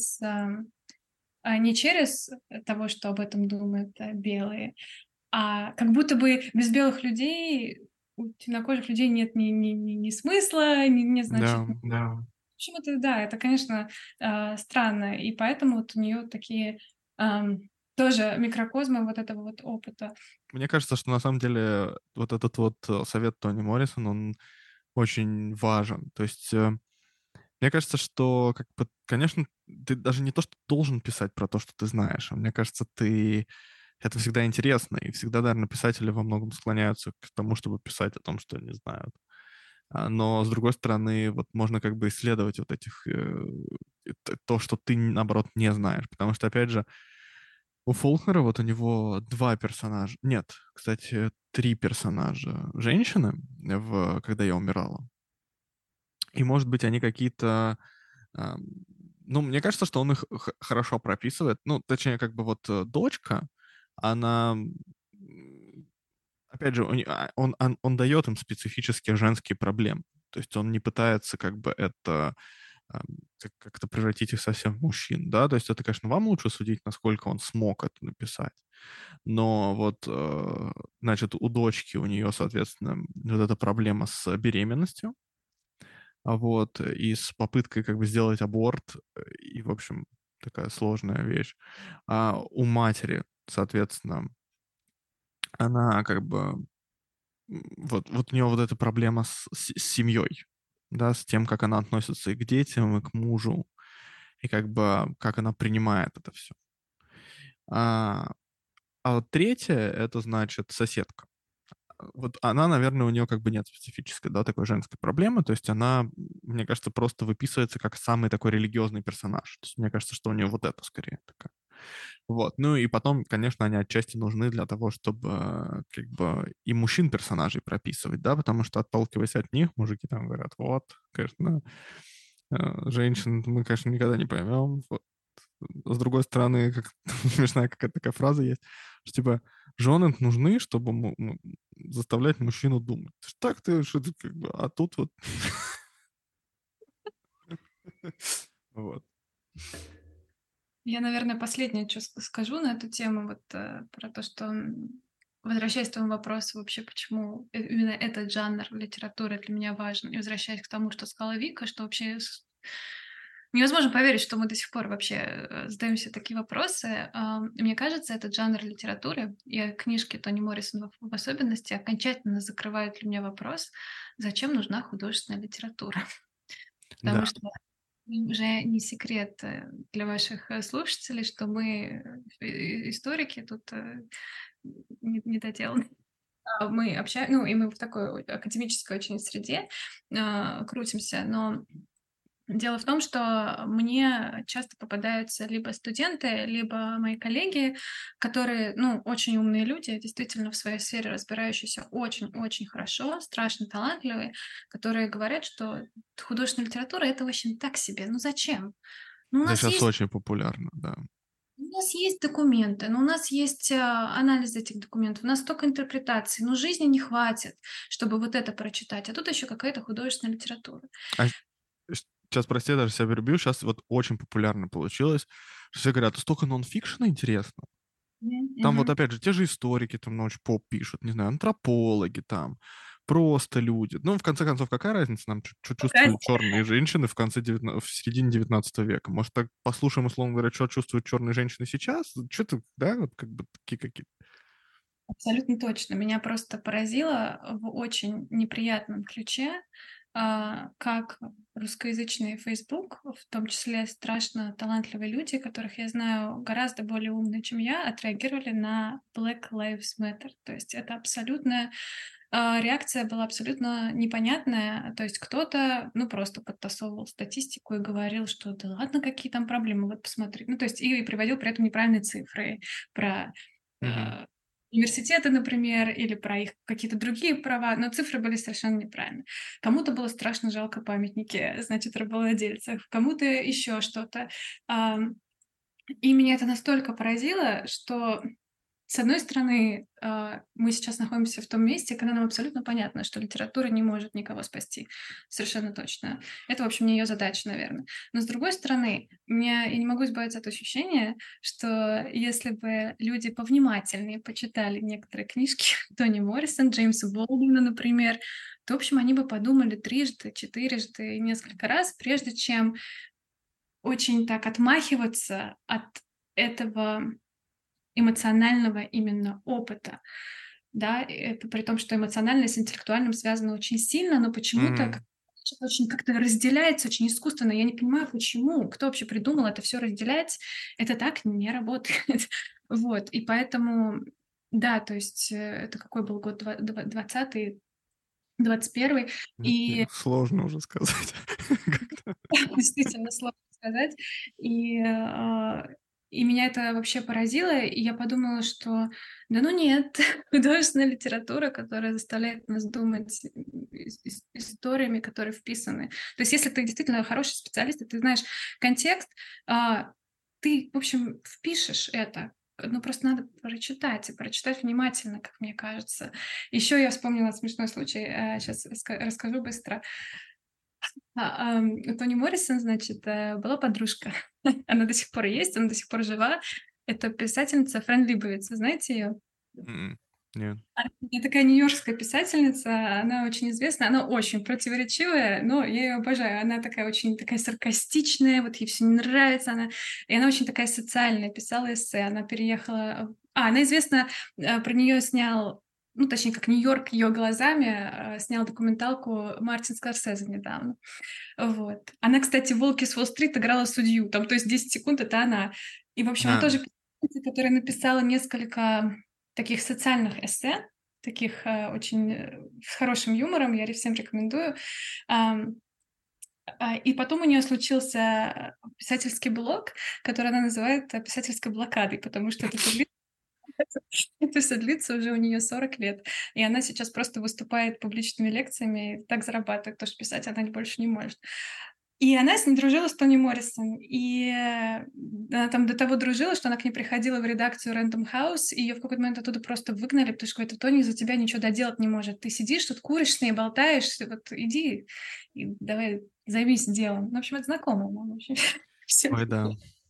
не через того, что об этом думают белые, а как будто бы без белых людей у темнокожих людей нет ни смысла, нет, значит, Да. Почему-то, да, это, конечно, странно, и поэтому вот у нее такие тоже микрокосмы вот этого вот опыта. Мне кажется, что на самом деле вот этот вот совет Тони Моррисон, он очень важен. То есть мне кажется, что, как бы, конечно, ты даже не то, что должен писать про то, что ты знаешь, а мне кажется, это всегда интересно, и всегда, наверное, писатели во многом склоняются к тому, чтобы писать о том, что они знают. Но, с другой стороны, вот можно как бы исследовать вот то, что ты, наоборот, не знаешь. Потому что, опять же, у Фолкнера вот у него два персонажа. Нет, кстати, три персонажа женщины, когда я умирала. И, может быть, они какие-то... ам, Ну, мне кажется, что он их хорошо прописывает. Ну, точнее, как бы вот дочка, она... Опять же, он дает им специфические женские проблемы. То есть он не пытается как бы это как-то превратить их совсем в мужчин, да, то есть это, конечно, вам лучше судить, насколько он смог это написать, но вот, значит, у дочки, у нее, соответственно, вот эта проблема с беременностью, вот, и с попыткой как бы сделать аборт, и, в общем, такая сложная вещь. А у матери, соответственно, она как бы, вот у нее вот эта проблема с семьей, да, с тем, как она относится и к детям, и к мужу, и как бы как она принимает это все. А, а вот третье — это, значит, соседка. Вот она, наверное, у нее как бы нет специфической, да, такой женской проблемы, то есть она, мне кажется, просто выписывается как самый такой религиозный персонаж. То есть мне кажется, что у нее вот это скорее такая. Вот. Ну и потом, конечно, они отчасти нужны для того, чтобы как бы и мужчин персонажей прописывать, да, потому что, отталкиваясь от них, мужики там говорят, вот, конечно, женщин мы, конечно, никогда не поймем. Вот. С другой стороны, как смешная какая-то такая фраза есть, что типа жены нужны, чтобы заставлять мужчину думать. Так ты, что ты как бы, а тут вот... Вот. Я, наверное, последнее, что скажу на эту тему, вот про то, что, возвращаясь к твоему вопросу вообще, почему именно этот жанр литературы для меня важен, и возвращаясь к тому, что сказала Вика, что вообще невозможно поверить, что мы до сих пор вообще задаем себе такие вопросы. Мне кажется, этот жанр литературы и книжки Тони Моррисон в особенности окончательно закрывают для меня вопрос, зачем нужна художественная литература. Потому Да. что уже не секрет для ваших слушателей, что мы, историки, тут недоделаны. Мы общаемся, ну, и мы в такой академической очень среде крутимся, но дело в том, что мне часто попадаются либо студенты, либо мои коллеги, которые, ну, очень умные люди, действительно в своей сфере разбирающиеся очень-очень хорошо, страшно талантливые, которые говорят, что художественная литература — это очень так себе. Ну зачем? Ну, Это сейчас очень популярно, да. у нас есть документы, но у нас есть анализ этих документов, у нас столько интерпретаций, но жизни не хватит, чтобы вот это прочитать. А тут еще какая-то художественная литература. А сейчас, прости, я даже себя перебью, сейчас вот очень популярно получилось, что все говорят, столько нонфикшена интересно. Там вот опять же те же историки там научпоп пишут, не знаю, антропологи там, просто люди. Ну, в конце концов, какая разница нам, что чувствуют черные женщины в середине 19 века? Может, так послушаем, условно говоря, что чувствуют черные женщины сейчас? Что-то, да, вот как бы такие какие-то. Абсолютно точно. Меня просто поразило в очень неприятном ключе, как русскоязычный Facebook, в том числе страшно талантливые люди, которых я знаю гораздо более умные, чем я, отреагировали на Black Lives Matter. То есть это абсолютная реакция была абсолютно непонятная. То есть кто-то, ну, просто подтасовывал статистику и говорил, что да ладно, какие там проблемы, вот посмотри. Ну, то есть и приводил при этом неправильные цифры про Мгм. университеты, например, или про их какие-то другие права, но цифры были совершенно неправильные. Кому-то было страшно жалко памятники, значит, рабовладельцев, кому-то еще что-то. И меня это настолько поразило, что, с одной стороны, мы сейчас находимся в том месте, когда нам абсолютно понятно, что литература не может никого спасти. Совершенно точно. Это, в общем, не ее задача, наверное. Но, с другой стороны, я не могу избавиться от ощущения, что если бы люди повнимательнее почитали некоторые книжки Тони Моррисон, Джеймса Болдуина, например, то, в общем, они бы подумали трижды, четырежды, несколько раз, прежде чем очень так отмахиваться от этого эмоционального именно опыта. Да, и это при том, что эмоциональное с интеллектуальным связано очень сильно, но почему-то Мгм. очень как-то разделяется очень искусственно. Я не понимаю, почему, кто вообще придумал это все разделять. Это так не работает. Вот, и поэтому, да, то есть это какой был год, 20-й, 21-й, и Сложно уже сказать. Как-то. действительно сложно сказать. И, и меня это вообще поразило, и я подумала, что да ну нет, художественная литература, которая заставляет нас думать историями, которые вписаны. То есть если ты действительно хороший специалист, и ты знаешь контекст, ты, в общем, впишешь это. Ну, просто надо прочитать, и прочитать внимательно, как мне кажется. Еще я вспомнила смешной случай, сейчас расскажу быстро. У Тони Моррисон, значит, была подружка. Она до сих пор есть, она до сих пор жива. Это писательница Фран Либовиц. Вы знаете ее? М, Нет. Она такая нью-йоркская писательница, она очень известна, она очень противоречивая, но я ее обожаю. Она такая очень такая саркастичная, вот ей все не нравится, и она очень такая социальная, писала эссе, она переехала... она известна, про нее снял, ну, точнее, как Нью-Йорк ее глазами, снял документалку Мартин Скорсезе недавно. Вот. Она, кстати, в «Волке с Уолл-стрит» играла судью, там, то есть 10 секунд — это она. И, в общем, она А, тоже писательница, которая написала несколько таких социальных эссе, таких очень с хорошим юмором, я всем рекомендую. Ам, и потом у нее случился писательский блог, который она называет писательской блокадой, потому что это все длится уже у нее 40 лет. И она сейчас просто выступает публичными лекциями и так зарабатывает, потому что писать она больше не может. И она с ней дружила с Тони Моррисон. И она там до того дружила, что она к ней приходила в редакцию Random House, и ее в какой-то момент оттуда просто выгнали, потому что говорит: Тони за тебя ничего доделать не может. Ты сидишь тут, куришь с ней, болтаешь, вот иди и давай займись делом. Ну, в общем, это знакомая, в общем, всем. ой, да.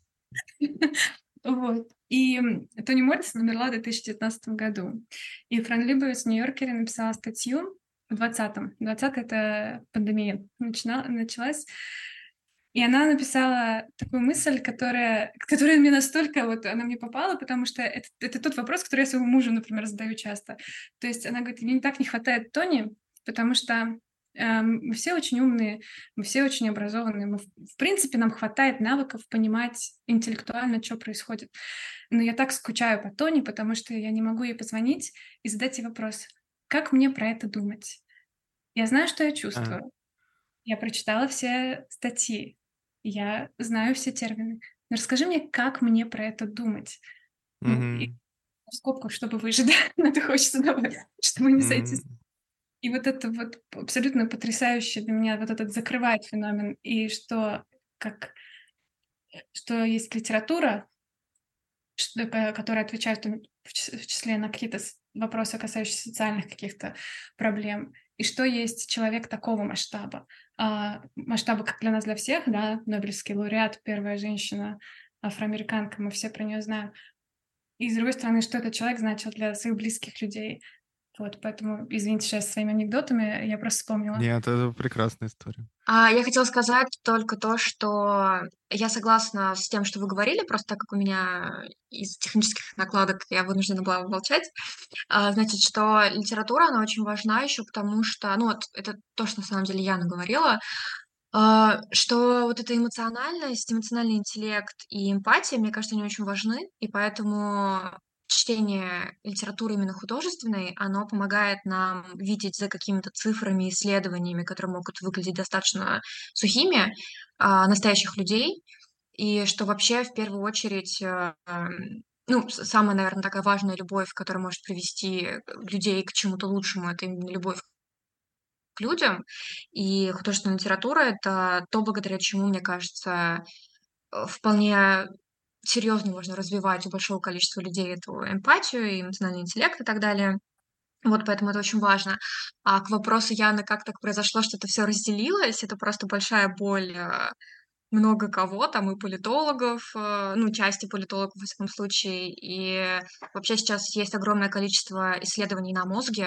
Вот. И Тони Моррисон умерла в 2019 году. И Фран Либовиц в «Нью-Йоркере» написала статью в 2020. 20 — это пандемия началась. И она написала такую мысль, которая мне настолько вот, она мне попала, потому что это тот вопрос, который я своему мужу, например, задаю часто. То есть она говорит: мне так не хватает Тони, потому что мы все очень умные, мы все очень образованные, в принципе, нам хватает навыков понимать интеллектуально, что происходит. Но я так скучаю по Тони, потому что я не могу ей позвонить и задать ей вопрос: как мне про это думать? Я знаю, что я А, чувствую. Я прочитала все статьи, я знаю все термины. Но расскажи мне, как мне про это думать? Ну, и мгм, в скобках, чтобы выжить, но это хочется добавить, чтобы не сойти. м, И вот это вот абсолютно потрясающий для меня вот этот закрывает феномен. И что есть литература, которая отвечает в числе на какие-то вопросы, касающиеся социальных каких-то проблем, и что есть человек такого масштаба. Масштаба как для нас, для всех, да, Нобелевский лауреат, первая женщина, афроамериканка, мы все про нее знаем. И, с другой стороны, что этот человек значил для своих близких людей. Вот, поэтому, извините, сейчас своими анекдотами, я просто вспомнила. Нет, это прекрасная история. Я хотела сказать только то, что я согласна с тем, что вы говорили, просто так как у меня из технических накладок я вынуждена была молчать. Значит, что литература, она очень важна еще потому что, ну вот это то, что на самом деле Яна говорила, что вот эта эмоциональность, эмоциональный интеллект и эмпатия, мне кажется, они очень важны, и поэтому чтение литературы именно художественной, оно помогает нам видеть за какими-то цифрами, исследованиями, которые могут выглядеть достаточно сухими, настоящих людей, и что вообще в первую очередь, ну, самая, наверное, такая важная любовь, которая может привести людей к чему-то лучшему, это именно любовь к людям. И художественная литература — это то, благодаря чему, мне кажется, вполне серьезно можно развивать у большого количества людей эту эмпатию и эмоциональный интеллект и так далее. Вот поэтому это очень важно. А к вопросу Яны, как так произошло, что это все разделилось, это просто большая боль много кого, там и политологов, ну, части политологов, во всяком случае. И вообще сейчас есть огромное количество исследований на мозге,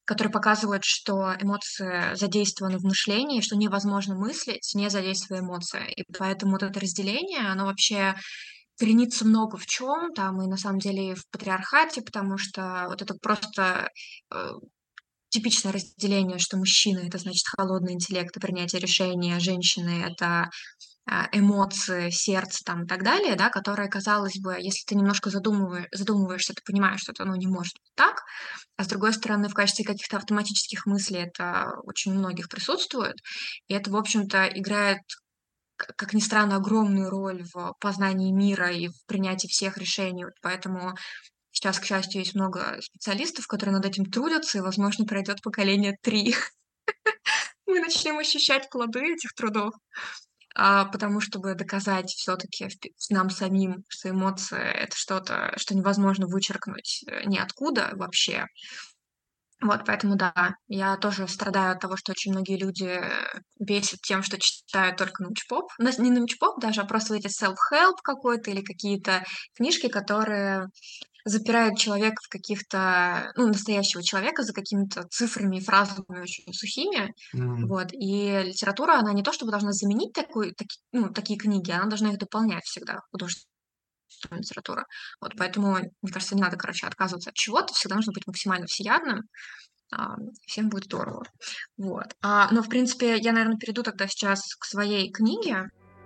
который показывает, что эмоции задействованы в мышлении, что невозможно мыслить, не задействуя эмоции. И поэтому вот это разделение, оно вообще коренится много в чем, там и на самом деле и в патриархате, потому что вот это просто э, типичное разделение, что мужчина — это значит холодный интеллект и принятие решения, женщины — это эмоции, сердце там и так далее, да, которые, казалось бы, если ты немножко задумываешься, ты понимаешь, что это, ну, не может быть так, а с другой стороны, в качестве каких-то автоматических мыслей это очень у многих присутствует, и это, в общем-то, играет, как ни странно, огромную роль в познании мира и в принятии всех решений. Вот поэтому сейчас, к счастью, есть много специалистов, которые над этим трудятся, и, возможно, пройдет поколение 3. Мы начнем ощущать плоды этих трудов. Потому чтобы доказать все-таки нам самим, что эмоции — это что-то, что невозможно вычеркнуть ниоткуда вообще. Вот, поэтому да, я тоже страдаю от того, что очень многие люди бесят тем, что читают только научпоп. Не научпоп даже, а просто эти self-help какой-то или какие-то книжки, которые запирают человека в каких-то, ну, настоящего человека за какими-то цифрами и фразами очень сухими. Мгм. Вот. И литература, она не то чтобы должна заменить такие книги, она должна их дополнять всегда, художественная литература. Вот, поэтому, мне кажется, не надо, короче, отказываться от чего-то, всегда нужно быть максимально всеядным, а, всем будет здорово. Вот. Но, в принципе, я, наверное, перейду тогда сейчас к своей книге.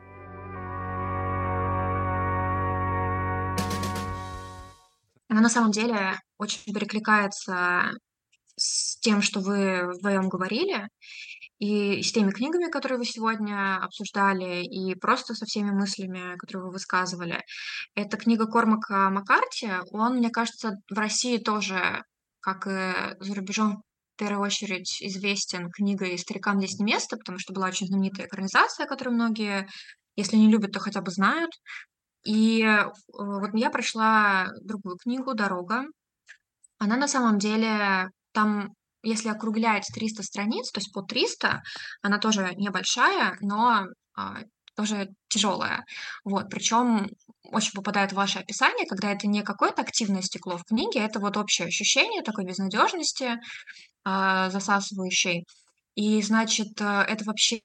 Она на самом деле очень перекликается с тем, что вы вдвоем говорили, и с теми книгами, которые вы сегодня обсуждали, и просто со всеми мыслями, которые вы высказывали. Это книга Кормака Маккарти. Он, мне кажется, в России тоже, как и за рубежом, в первую очередь известен книгой «Старикам здесь не место», потому что была очень знаменитая экранизация, которую многие, если не любят, то хотя бы знают. И вот я прочла другую книгу «Дорога». Она на самом деле там, если округлять 300 страниц, то есть по 300, она тоже небольшая, но а, тоже тяжелая. Вот, причем очень попадает в ваше описание, когда это не какое-то активное стекло в книге, это вот общее ощущение такой безнадежности, засасывающей. И, значит, это вообще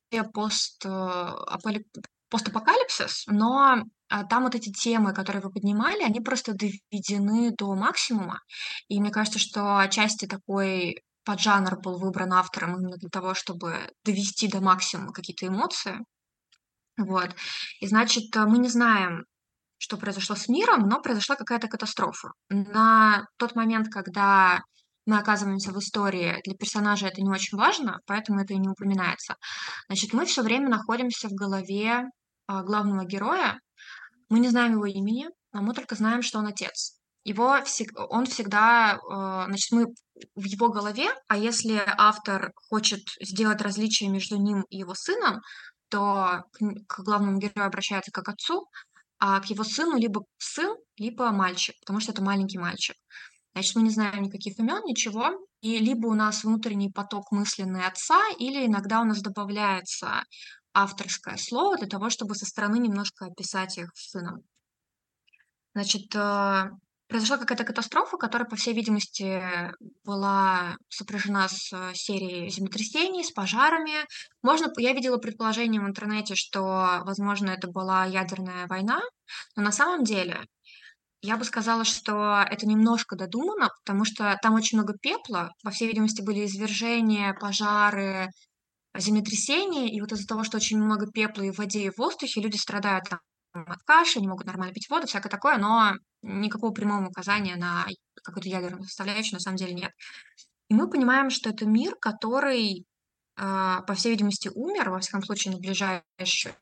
постапокалипсис, но там вот эти темы, которые вы поднимали, они просто доведены до максимума. И мне кажется, что отчасти такой поджанр был выбран автором именно для того, чтобы довести до максимума какие-то эмоции. Вот. И, значит, мы не знаем, что произошло с миром, но произошла какая-то катастрофа. На тот момент, когда мы оказываемся в истории, для персонажа это не очень важно, поэтому это и не упоминается. Значит, мы все время находимся в голове главного героя. Мы не знаем его имени, а мы только знаем, что он отец. Он всегда, значит, мы в его голове, а если автор хочет сделать различие между ним и его сыном, то к главному герою обращается как к отцу, а к его сыну либо сын, либо мальчик, потому что это маленький мальчик. Значит, мы не знаем никаких имен, ничего. И либо у нас внутренний поток мысленный отца, или иногда у нас добавляется авторское слово для того, чтобы со стороны немножко описать их с сыном. Значит, произошла какая-то катастрофа, которая, по всей видимости, была сопряжена с серией землетрясений, с пожарами. Я видела предположение в интернете, что, возможно, это была ядерная война, но на самом деле я бы сказала, что это немножко додумано, потому что там очень много пепла, по всей видимости, были извержения, пожары, землетрясения, и вот из-за того, что очень много пепла и в воде, и в воздухе, люди страдают там от кашля, не могут нормально пить воду, всякое такое, но никакого прямого указания на какую-то ядерную составляющую на самом деле нет. И мы понимаем, что это мир, который, по всей видимости, умер, во всяком случае, на ближайшие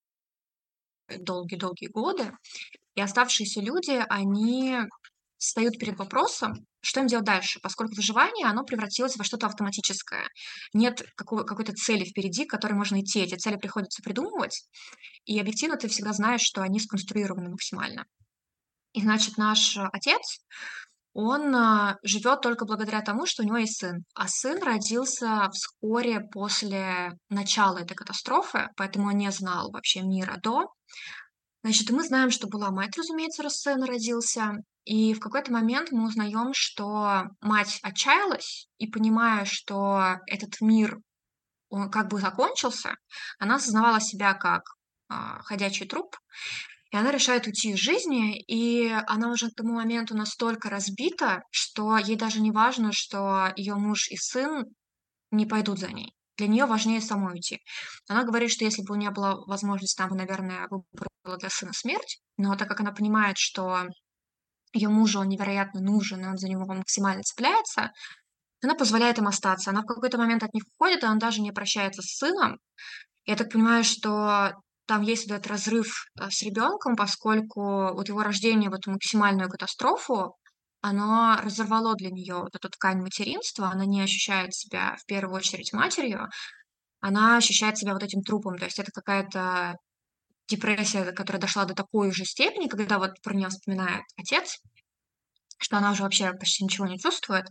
долгие-долгие годы, и оставшиеся люди, они встают перед вопросом, что им делать дальше, поскольку выживание, оно превратилось во что-то автоматическое. Нет какой-то цели впереди, к которой можно идти. Эти цели приходится придумывать, и объективно ты всегда знаешь, что они сконструированы максимально. И, значит, наш отец, он живет только благодаря тому, что у него есть сын. А сын родился вскоре после начала этой катастрофы, поэтому он не знал вообще мира до. Значит, мы знаем, что была мать, разумеется, раз сын родился. И в какой-то момент мы узнаем, что мать отчаялась и, понимая, что этот мир, он как бы закончился, она осознавала себя как ходячий труп, и она решает уйти из жизни, и она уже к тому моменту настолько разбита, что ей даже не важно, что ее муж и сын не пойдут за ней. Для нее важнее самой уйти. Она говорит, что если бы у нее была возможность, она бы, наверное, выбрала для сына смерть, но так как она понимает, что ее мужу он невероятно нужен, и он за него максимально цепляется, она позволяет им остаться. Она в какой-то момент от них уходит, и она даже не прощается с сыном. Я так понимаю, что там есть вот этот разрыв с ребенком, поскольку вот его рождение в эту максимальную катастрофу, оно разорвало для нее вот эту ткань материнства, она не ощущает себя в первую очередь матерью, она ощущает себя вот этим трупом. То есть это какая-то депрессия, которая дошла до такой же степени, когда вот про нее вспоминает отец, что она уже вообще почти ничего не чувствует.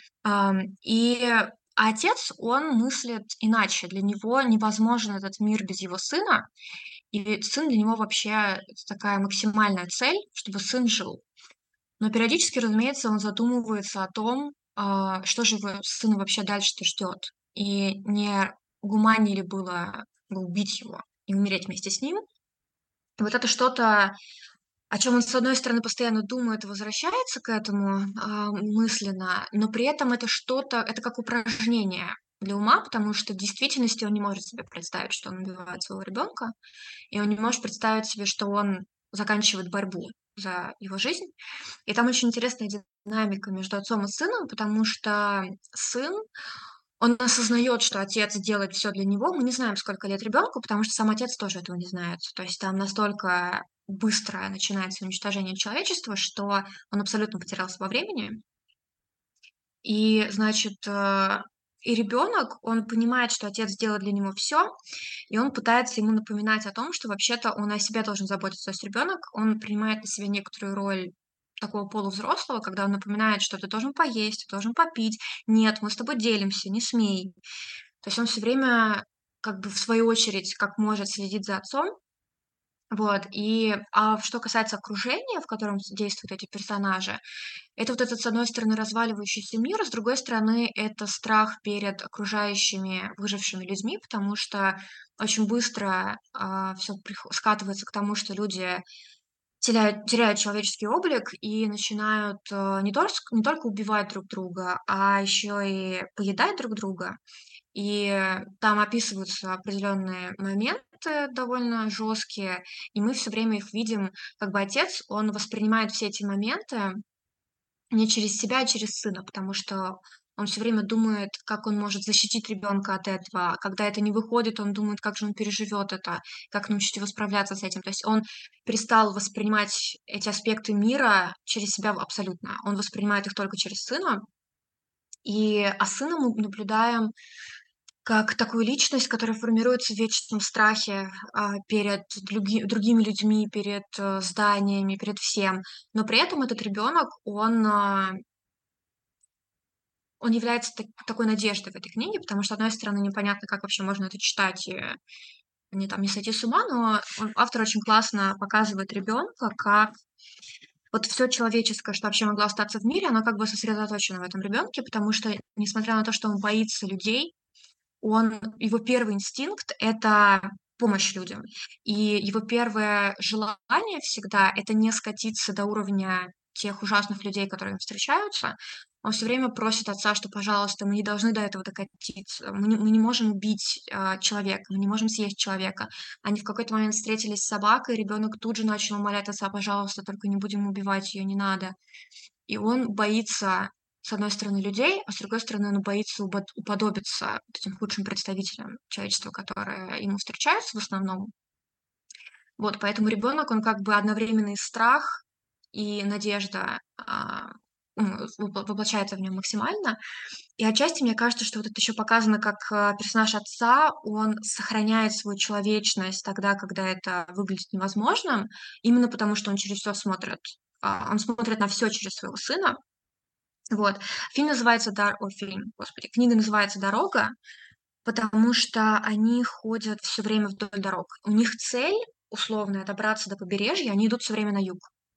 И отец, он мыслит иначе. Для него невозможен этот мир без его сына. И сын для него вообще такая максимальная цель, чтобы сын жил. Но периодически, разумеется, он задумывается о том, что же его сына вообще дальше-то ждет. И не гуманнее ли было бы убить его и умереть вместе с ним. И вот это что-то, о чем он, с одной стороны, постоянно думает и возвращается к этому мысленно, но при этом это что-то, это как упражнение для ума, потому что в действительности он не может себе представить, что он убивает своего ребенка, и он не может представить себе, что он заканчивает борьбу за его жизнь. И там очень интересная динамика между отцом и сыном, потому что сын, он осознает, что отец делает все для него. Мы не знаем, сколько лет ребенку, потому что сам отец тоже этого не знает. То есть там настолько быстро начинается уничтожение человечества, что он абсолютно потерялся во времени. И, значит, и ребенок, он понимает, что отец делает для него все, и он пытается ему напоминать о том, что вообще-то он о себе должен заботиться. То есть ребенок, он принимает на себя некоторую роль такого полувзрослого, когда он напоминает, что ты должен поесть, ты должен попить. Нет, мы с тобой делимся, не смей. То есть он все время, как бы в свою очередь, как может, следит за отцом. Вот. Что касается окружения, в котором действуют эти персонажи, это вот этот, с одной стороны, разваливающийся мир, а с другой стороны, это страх перед окружающими выжившими людьми, потому что очень быстро все скатывается к тому, что люди теряют человеческий облик и начинают не только убивать друг друга, а еще и поедать друг друга. И там описываются определенные моменты довольно жесткие, и мы все время их видим. Как бы отец, он воспринимает все эти моменты не через себя, а через сына, потому что он все время думает, как он может защитить ребенка от этого. А когда это не выходит, он думает, как же он переживет это, как научить его справляться с этим. То есть он перестал воспринимать эти аспекты мира через себя абсолютно. Он воспринимает их только через сына. Сына мы наблюдаем как такую личность, которая формируется в вечном страхе, перед другими людьми, перед, зданиями, перед всем. Но при этом этот ребенок, он является такой надеждой в этой книге, потому что, с одной стороны, непонятно, как вообще можно это читать и не сойти с ума, но автор очень классно показывает ребенка, как вот все человеческое, что вообще могло остаться в мире, оно как бы сосредоточено в этом ребенке, потому что, несмотря на то, что он боится людей, его первый инстинкт — это помощь людям. И его первое желание всегда — это не скатиться до уровня тех ужасных людей, которые им встречаются. Он все время просит отца, что, пожалуйста, мы не должны до этого докатиться. Мы не можем убить человека, мы не можем съесть человека. Они в какой-то момент встретились с собакой, ребенок тут же начал умолять отца, пожалуйста, только не будем убивать ее, не надо. И он боится, с одной стороны, людей, а с другой стороны, он боится уподобиться вот этим худшим представителям человечества, которые ему встречаются в основном. Вот, поэтому ребенок, он как бы одновременно и страх, и надежда воплощается в нем максимально. И отчасти мне кажется, что вот это еще показано, как персонаж отца, он сохраняет свою человечность тогда, когда это выглядит невозможным, именно потому что он через все смотрит. Он смотрит на все через своего сына. Вот. Книга называется «Дорога», потому что они ходят все время вдоль дорог. У них цель условная добраться до побережья, они идут все время на юг.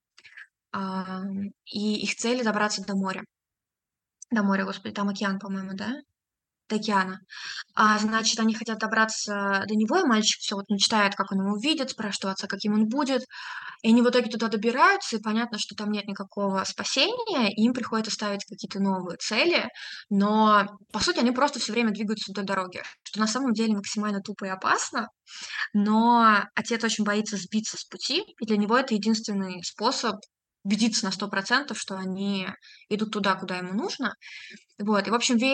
И их цель добраться до моря. До моря, господи, там океан, по-моему, да? До океана. Значит, они хотят добраться до него, и мальчик все вот мечтает, как он его увидит, спрашивает у отца, каким он будет. И они в итоге туда добираются, и понятно, что там нет никакого спасения, и им приходится ставить какие-то новые цели, но, по сути, они просто все время двигаются вдоль дороги, что на самом деле максимально тупо и опасно, но отец очень боится сбиться с пути, и для него это единственный способ убедиться на 100%, что они идут туда, куда ему нужно. Вот, и, в общем,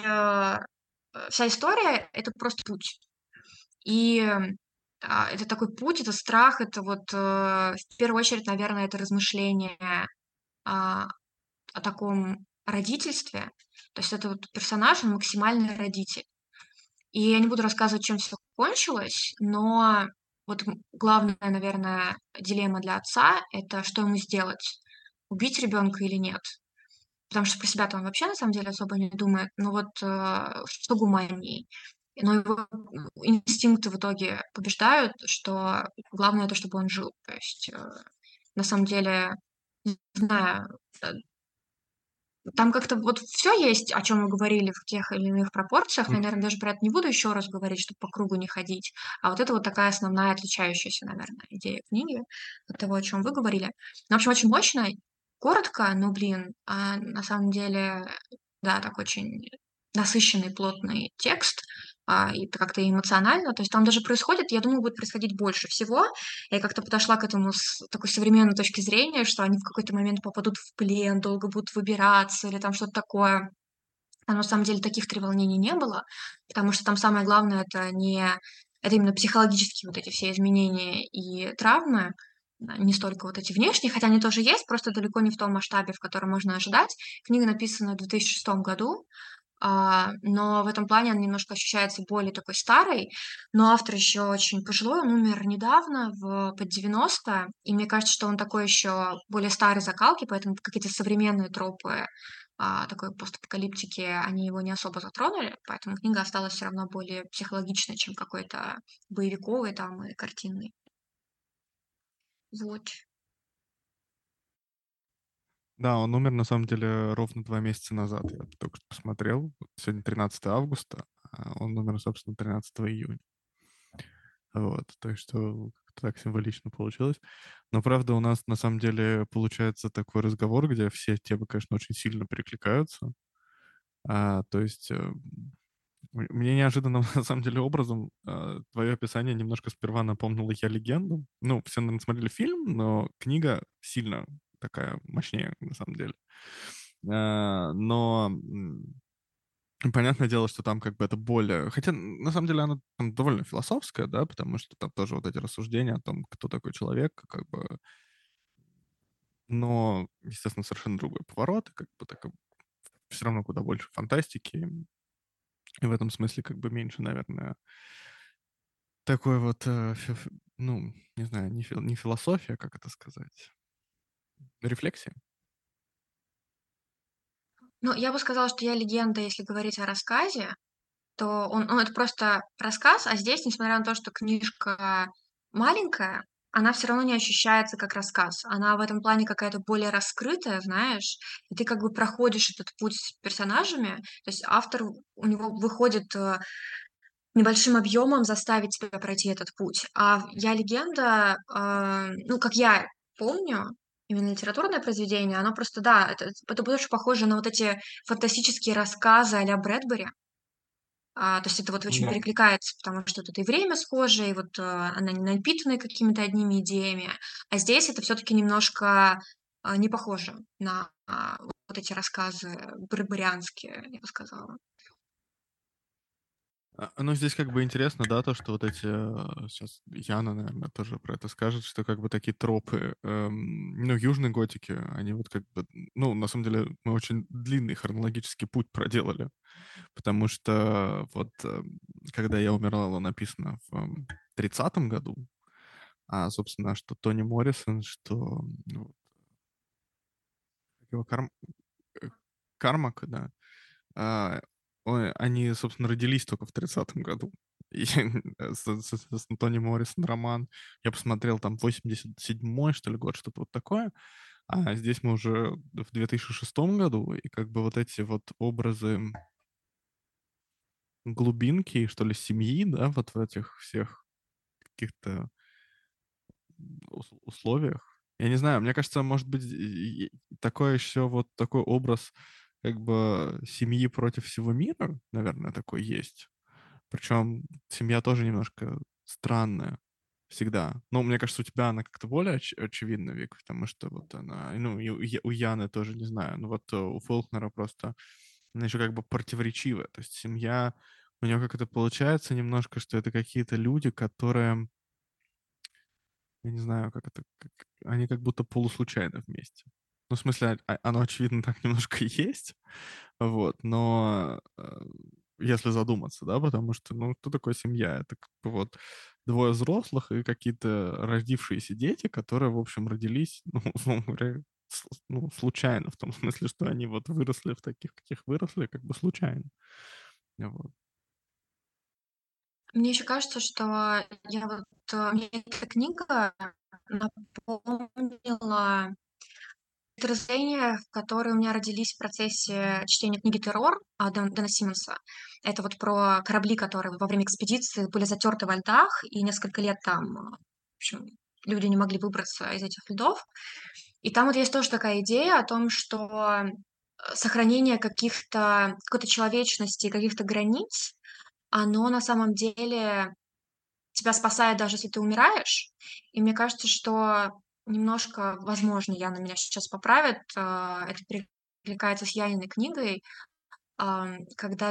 вся история — это просто путь. И, это такой путь, это страх, это вот, в первую очередь, наверное, это размышление, а, о таком родительстве. То есть это вот персонаж, он максимальный родитель. И я не буду рассказывать, чем все кончилось, но вот, главная, наверное, дилемма для отца — это что ему сделать: убить ребенка или нет. Потому что про себя-то он вообще на самом деле особо не думает, но вот, что гуманней. Но его, инстинкты в итоге побеждают, что главное то, чтобы он жил. То есть, на самом деле, не знаю, там как-то вот все есть, о чем мы говорили в тех или иных пропорциях. Я, наверно, даже про это не буду еще раз говорить, чтобы по кругу не ходить. А вот это вот такая основная отличающаяся, наверное, идея книги от того, о чем вы говорили. Ну, в общем, очень мощно, коротко, но, блин, на самом деле, да, так очень насыщенный, плотный текст, и как-то эмоционально. То есть там даже происходит, я думаю, будет происходить больше всего. Я как-то подошла к этому с такой современной точки зрения, что они в какой-то момент попадут в плен, долго будут выбираться или там что-то такое. А на самом деле таких треволнений не было, потому что там самое главное — это именно психологические вот эти все изменения и травмы, не столько вот эти внешние, хотя они тоже есть, просто далеко не в том масштабе, в котором можно ожидать. Книга написана в 2006 году, но в этом плане она немножко ощущается более такой старой, но автор еще очень пожилой, он умер недавно, под 90, и мне кажется, что он такой еще более старой закалки, поэтому какие-то современные тропы такой постапокалиптики, они его не особо затронули, поэтому книга осталась все равно более психологичной, чем какой-то боевиковый там и картинный. Вот. Да, он умер, на самом деле, ровно 2 месяца назад. Я только что посмотрел. Вот сегодня 13 августа, а он умер, собственно, 13 июня. Вот, так что как-то так символично получилось. Но, правда, у нас, на самом деле, получается такой разговор, где все темы, конечно, очень сильно перекликаются. То есть, мне неожиданным, на самом деле, образом, твое описание немножко сперва напомнило «Я легенду». Ну, все, наверно, смотрели фильм, но книга сильно такая мощнее, на самом деле. Но, понятное дело, что там как бы это более... Хотя, на самом деле, она там довольно философская, да, потому что там тоже вот эти рассуждения о том, кто такой человек, как бы... Но, естественно, совершенно другой поворот, как бы так все равно куда больше фантастики. И в этом смысле как бы меньше, наверное, такой вот, ну, не знаю, не философия, как это сказать, рефлексия. Ну, я бы сказала, что «Я легенда», если говорить о рассказе, то это просто рассказ, а здесь, несмотря на то, что книжка маленькая, она все равно не ощущается как рассказ. Она в этом плане какая-то более раскрытая, знаешь, и ты как бы проходишь этот путь с персонажами. То есть автор, у него выходит, небольшим объемом заставить тебя пройти этот путь. «Я легенда», ну, как я помню, именно литературное произведение, оно просто, да, это больше похоже на вот эти фантастические рассказы а-ля Брэдбери. То есть это вот очень Да. перекликается, потому что тут и время схоже, и вот, она не напитана какими-то одними идеями. А здесь это все таки немножко, не похоже на, вот эти рассказы брэдберианские, я бы сказала. Ну, здесь как бы интересно, да, то, что вот эти... Сейчас Яна, наверное, тоже про это скажет, что как бы такие тропы, ну, южной готики, они вот как бы... Ну, на самом деле, мы очень длинный хронологический путь проделали, потому что вот когда «Я умирала» написано в 30-м году, собственно, что Тони Моррисон, что ну, как его э, Кармак, да, а, они, собственно, родились только в 30-м году. И с Тони Моррисон роман. Я посмотрел там 87-й, что ли, год, что-то вот такое. А здесь мы уже в 2006 году, и как бы вот эти вот образы глубинки, что ли, семьи, да, вот в этих всех каких-то условиях. Я не знаю, мне кажется, может быть, такой еще вот такой образ как бы семьи против всего мира, наверное, такой есть. Причем семья тоже немножко странная всегда. Ну, мне кажется, у тебя она как-то более очевидна, Вик, потому что вот она, ну, и у Яны тоже, не знаю, ну вот у Фолкнера просто она еще как бы противоречивая. То есть семья, у нее как это получается немножко, что это какие-то люди, которые, я не знаю, как это, они как будто полуслучайно вместе. Ну, в смысле, оно, очевидно, так немножко и есть, вот, но если задуматься, да, потому что, ну, что такое семья? Это как бы вот двое взрослых и какие-то родившиеся дети, которые, в общем, родились, ну, условно говоря, ну, случайно, в том смысле, что они вот выросли в таких, каких выросли, как бы случайно. Вот. Мне еще кажется, что мне эта книга напомнила настроения, которые у меня родились в процессе чтения книги «Террор» Дэна Симмонса. Это вот про корабли, которые во время экспедиции были затерты во льдах, и несколько лет там, в общем, люди не могли выбраться из этих льдов. И там вот есть тоже такая идея о том, что сохранение какой-то человечности, каких-то границ, оно на самом деле тебя спасает, даже если ты умираешь. И мне кажется, что немножко, возможно, Яна меня сейчас поправит, это перекликается с Яниной книгой, когда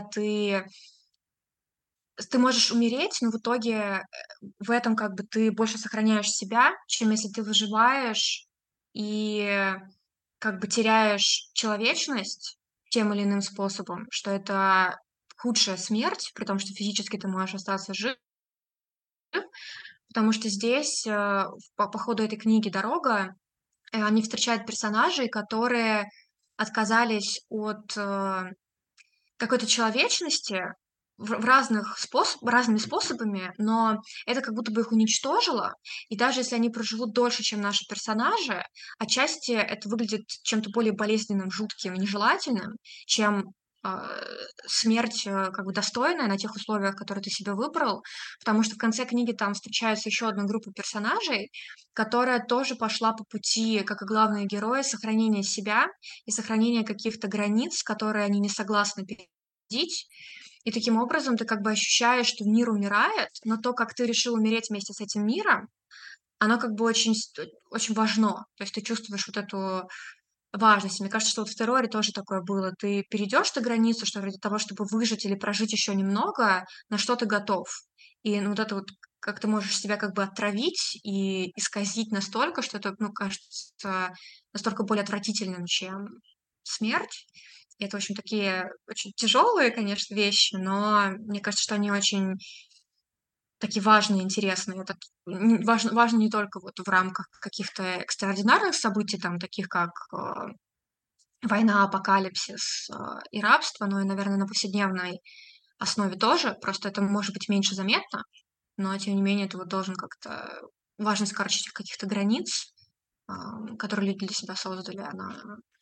ты можешь умереть, но в итоге в этом как бы ты больше сохраняешь себя, чем если ты выживаешь и как бы теряешь человечность тем или иным способом, что это худшая смерть, при том, что физически ты можешь остаться жив, потому что здесь, по ходу этой книги «Дорога», они встречают персонажей, которые отказались от, какой-то человечности разными способами, но это как будто бы их уничтожило. И даже если они проживут дольше, чем наши персонажи, отчасти это выглядит чем-то более болезненным, жутким и нежелательным, чем а, смерть как бы достойная на тех условиях, которые ты себе выбрал. Потому что в конце книги там встречается еще одна группа персонажей, которая тоже пошла по пути, как и главные герои, сохранения себя и сохранения каких-то границ, которые они не согласны переходить. И таким образом ты как бы ощущаешь, что мир умирает, но то, как ты решил умереть вместе с этим миром, оно как бы очень важно. То есть ты чувствуешь вот эту важность. Мне кажется, что вот в терроре тоже такое было. Ты перейдешь эту границу, что ради того, чтобы выжить или прожить еще немного, на что ты готов. И ну, вот это вот, как ты можешь себя как бы отравить и исказить настолько, что это, ну, кажется настолько более отвратительным, чем смерть. И это, в общем, такие очень тяжелые, конечно, вещи, но мне кажется, что они очень такие важные, интересные. Важно не только вот в рамках каких-то экстраординарных событий, там, таких как война, апокалипсис и рабство, но и, наверное, на повседневной основе тоже. Просто это может быть меньше заметно, но, тем не менее, это вот должен как-то важность, короче, этих каких-то границ, которые люди для себя создали, она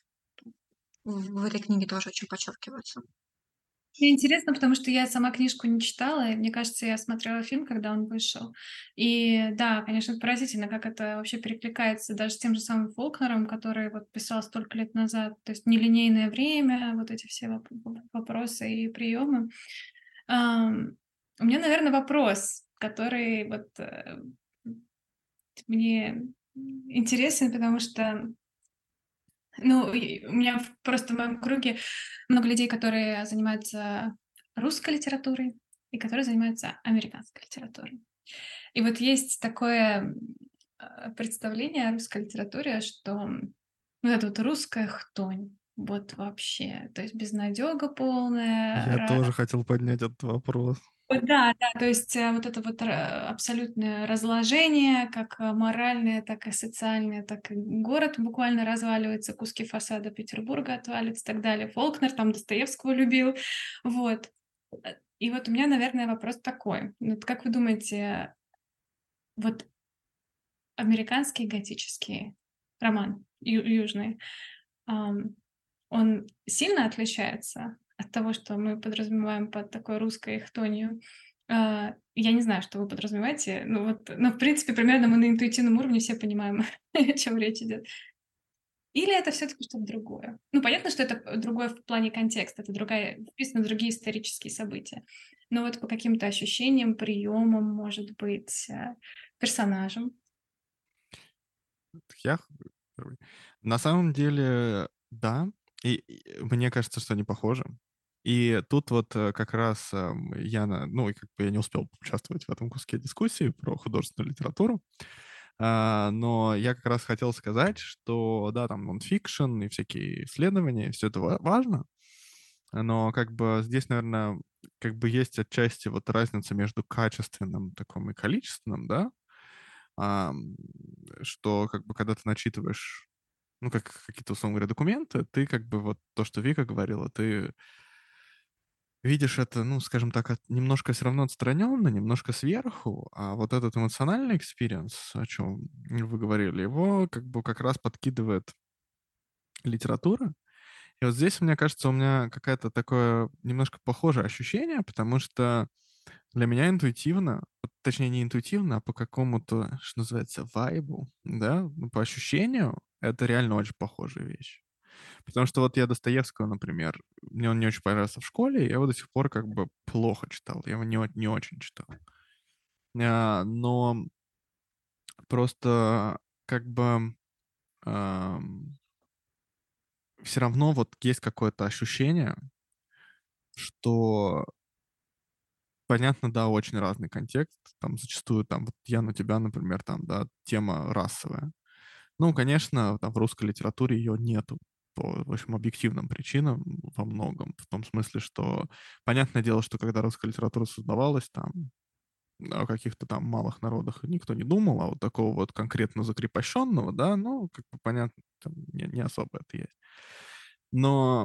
в этой книге тоже очень подчеркивается. Мне интересно, потому что я сама книжку не читала, и мне кажется, я смотрела фильм, когда он вышел. И да, конечно, поразительно, как это вообще перекликается даже с тем же самым Фолкнером, который вот писал столько лет назад. То есть нелинейное время, вот эти все вопросы и приемы. У меня, наверное, вопрос, который вот мне интересен, потому что ну, у меня просто в моем круге много людей, которые занимаются русской литературой и которые занимаются американской литературой. И вот есть такое представление о русской литературе, что вот эта вот русская хтонь, вот вообще, то есть безнадега Я полная. тоже хотел поднять этот вопрос. Да, да, то есть вот это вот абсолютное разложение, как моральное, так и социальное, так и город буквально разваливается, куски фасада Петербурга отвалятся и так далее. Фолкнер там Достоевского любил, вот. И вот у меня, наверное, вопрос такой. Вот как вы думаете, вот американский готический роман, южный, ам, он сильно отличается от того, что мы подразумеваем под такой русской хтонью? Я не знаю, что вы подразумеваете. Ну вот, в принципе, примерно мы на интуитивном уровне все понимаем, о чем речь идет. Или это все-таки что-то другое? Ну, понятно, что это другое в плане контекста, это вписаны другие исторические события. Но вот по каким-то ощущениям, приемам, может быть, персонажам. Я первый. На самом деле, да. И мне кажется, что они похожи. И тут вот как раз ну, и как бы я не успел участвовать в этом куске дискуссии про художественную литературу, но я как раз хотел сказать, что, да, там нонфикшн и всякие исследования, все это важно, но как бы здесь, наверное, как бы есть отчасти вот разница между качественным таком и количественным, да, ам, что как бы когда ты начитываешь, ну, как какие-то, условно говоря, документы, ты как бы вот то, что Вика говорила, ты видишь это, ну, скажем так, немножко все равно отстраненно, немножко сверху, а вот этот эмоциональный экспириенс, о чем вы говорили, его как бы как раз подкидывает литература. И вот здесь, мне кажется, у меня какое-то такое немножко похожее ощущение, потому что для меня интуитивно, точнее не интуитивно, а по какому-то, что называется, вайбу, да, ну, по ощущению, это реально очень похожая вещь. Потому что вот я Достоевского, например, мне он не очень понравился в школе, я его до сих пор как бы плохо читал, я его не очень читал. Но просто как бы все равно вот есть какое-то ощущение, что понятно, да, очень разный контекст. Там зачастую там вот я на тебя, например, там, да, тема расовая. Ну, конечно, там в русской литературе ее нету по, в общем, объективным причинам во многом. В том смысле, что понятное дело, что когда русская литература создавалась, там о каких-то там малых народах никто не думал, а вот такого вот конкретно закрепощенного, да, ну, как бы понятно, там не особо это есть. Но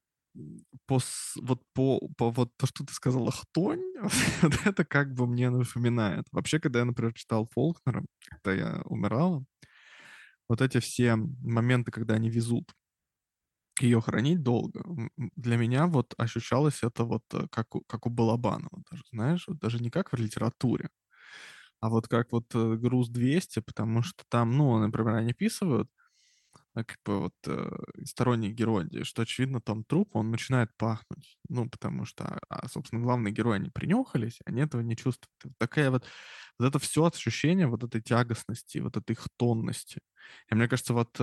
вот вот то, что ты сказала, хтонь, вот это как бы мне напоминает. Вообще, когда я, например, читал Фолкнера, когда я умирала, вот эти все моменты, когда они везут ее хранить долго, для меня вот ощущалось это вот как у Балабанова даже, знаешь, вот даже не как в литературе, а вот как вот «Груз 200», потому что там, ну, например, они описывают, как бы вот сторонний герой, что, очевидно, там труп, он начинает пахнуть. Ну, потому что, собственно, главные герои, они принюхались, они этого не чувствуют. Такая вот это все ощущение вот этой тягостности, вот этой хтонности. И мне кажется, вот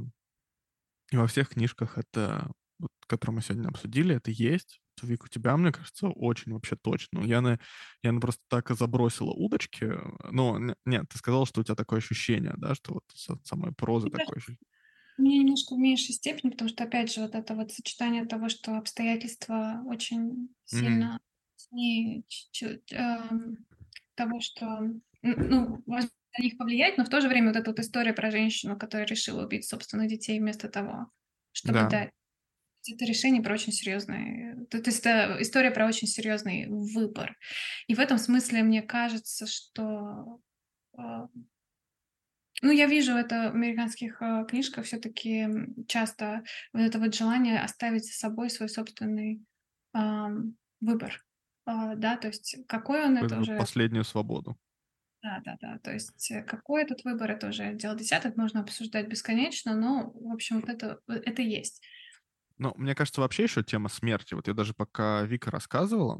во всех книжках это, вот, которые мы сегодня обсудили, это есть. Вик, у тебя, мне кажется, очень вообще точно. Я просто так и забросила удочки. Ну, нет, ты сказал, что у тебя такое ощущение, да, что вот самой прозы Мне такое кажется, ощущение. мне немножко в меньшей степени, потому что, опять же, вот это вот сочетание того, что обстоятельства очень Мгм. сильно не того, что, ну, возможно, на них повлиять, но в то же время вот эта вот история про женщину, которая решила убить собственных детей вместо того, чтобы Да. дать. Это решение про очень серьезный, то есть это история про очень серьезный выбор. И в этом смысле мне кажется, что, а, ну, я вижу это в американских книжках все-таки часто вот это вот желание оставить за собой свой собственный выбор. Да, то есть какой он, это Какую-то уже, последнюю свободу. да, то есть какой этот выбор, это уже дело десяток, можно обсуждать бесконечно, но, в общем, вот это есть. Ну, мне кажется, вообще еще тема смерти. Вот я даже пока Вика рассказывала,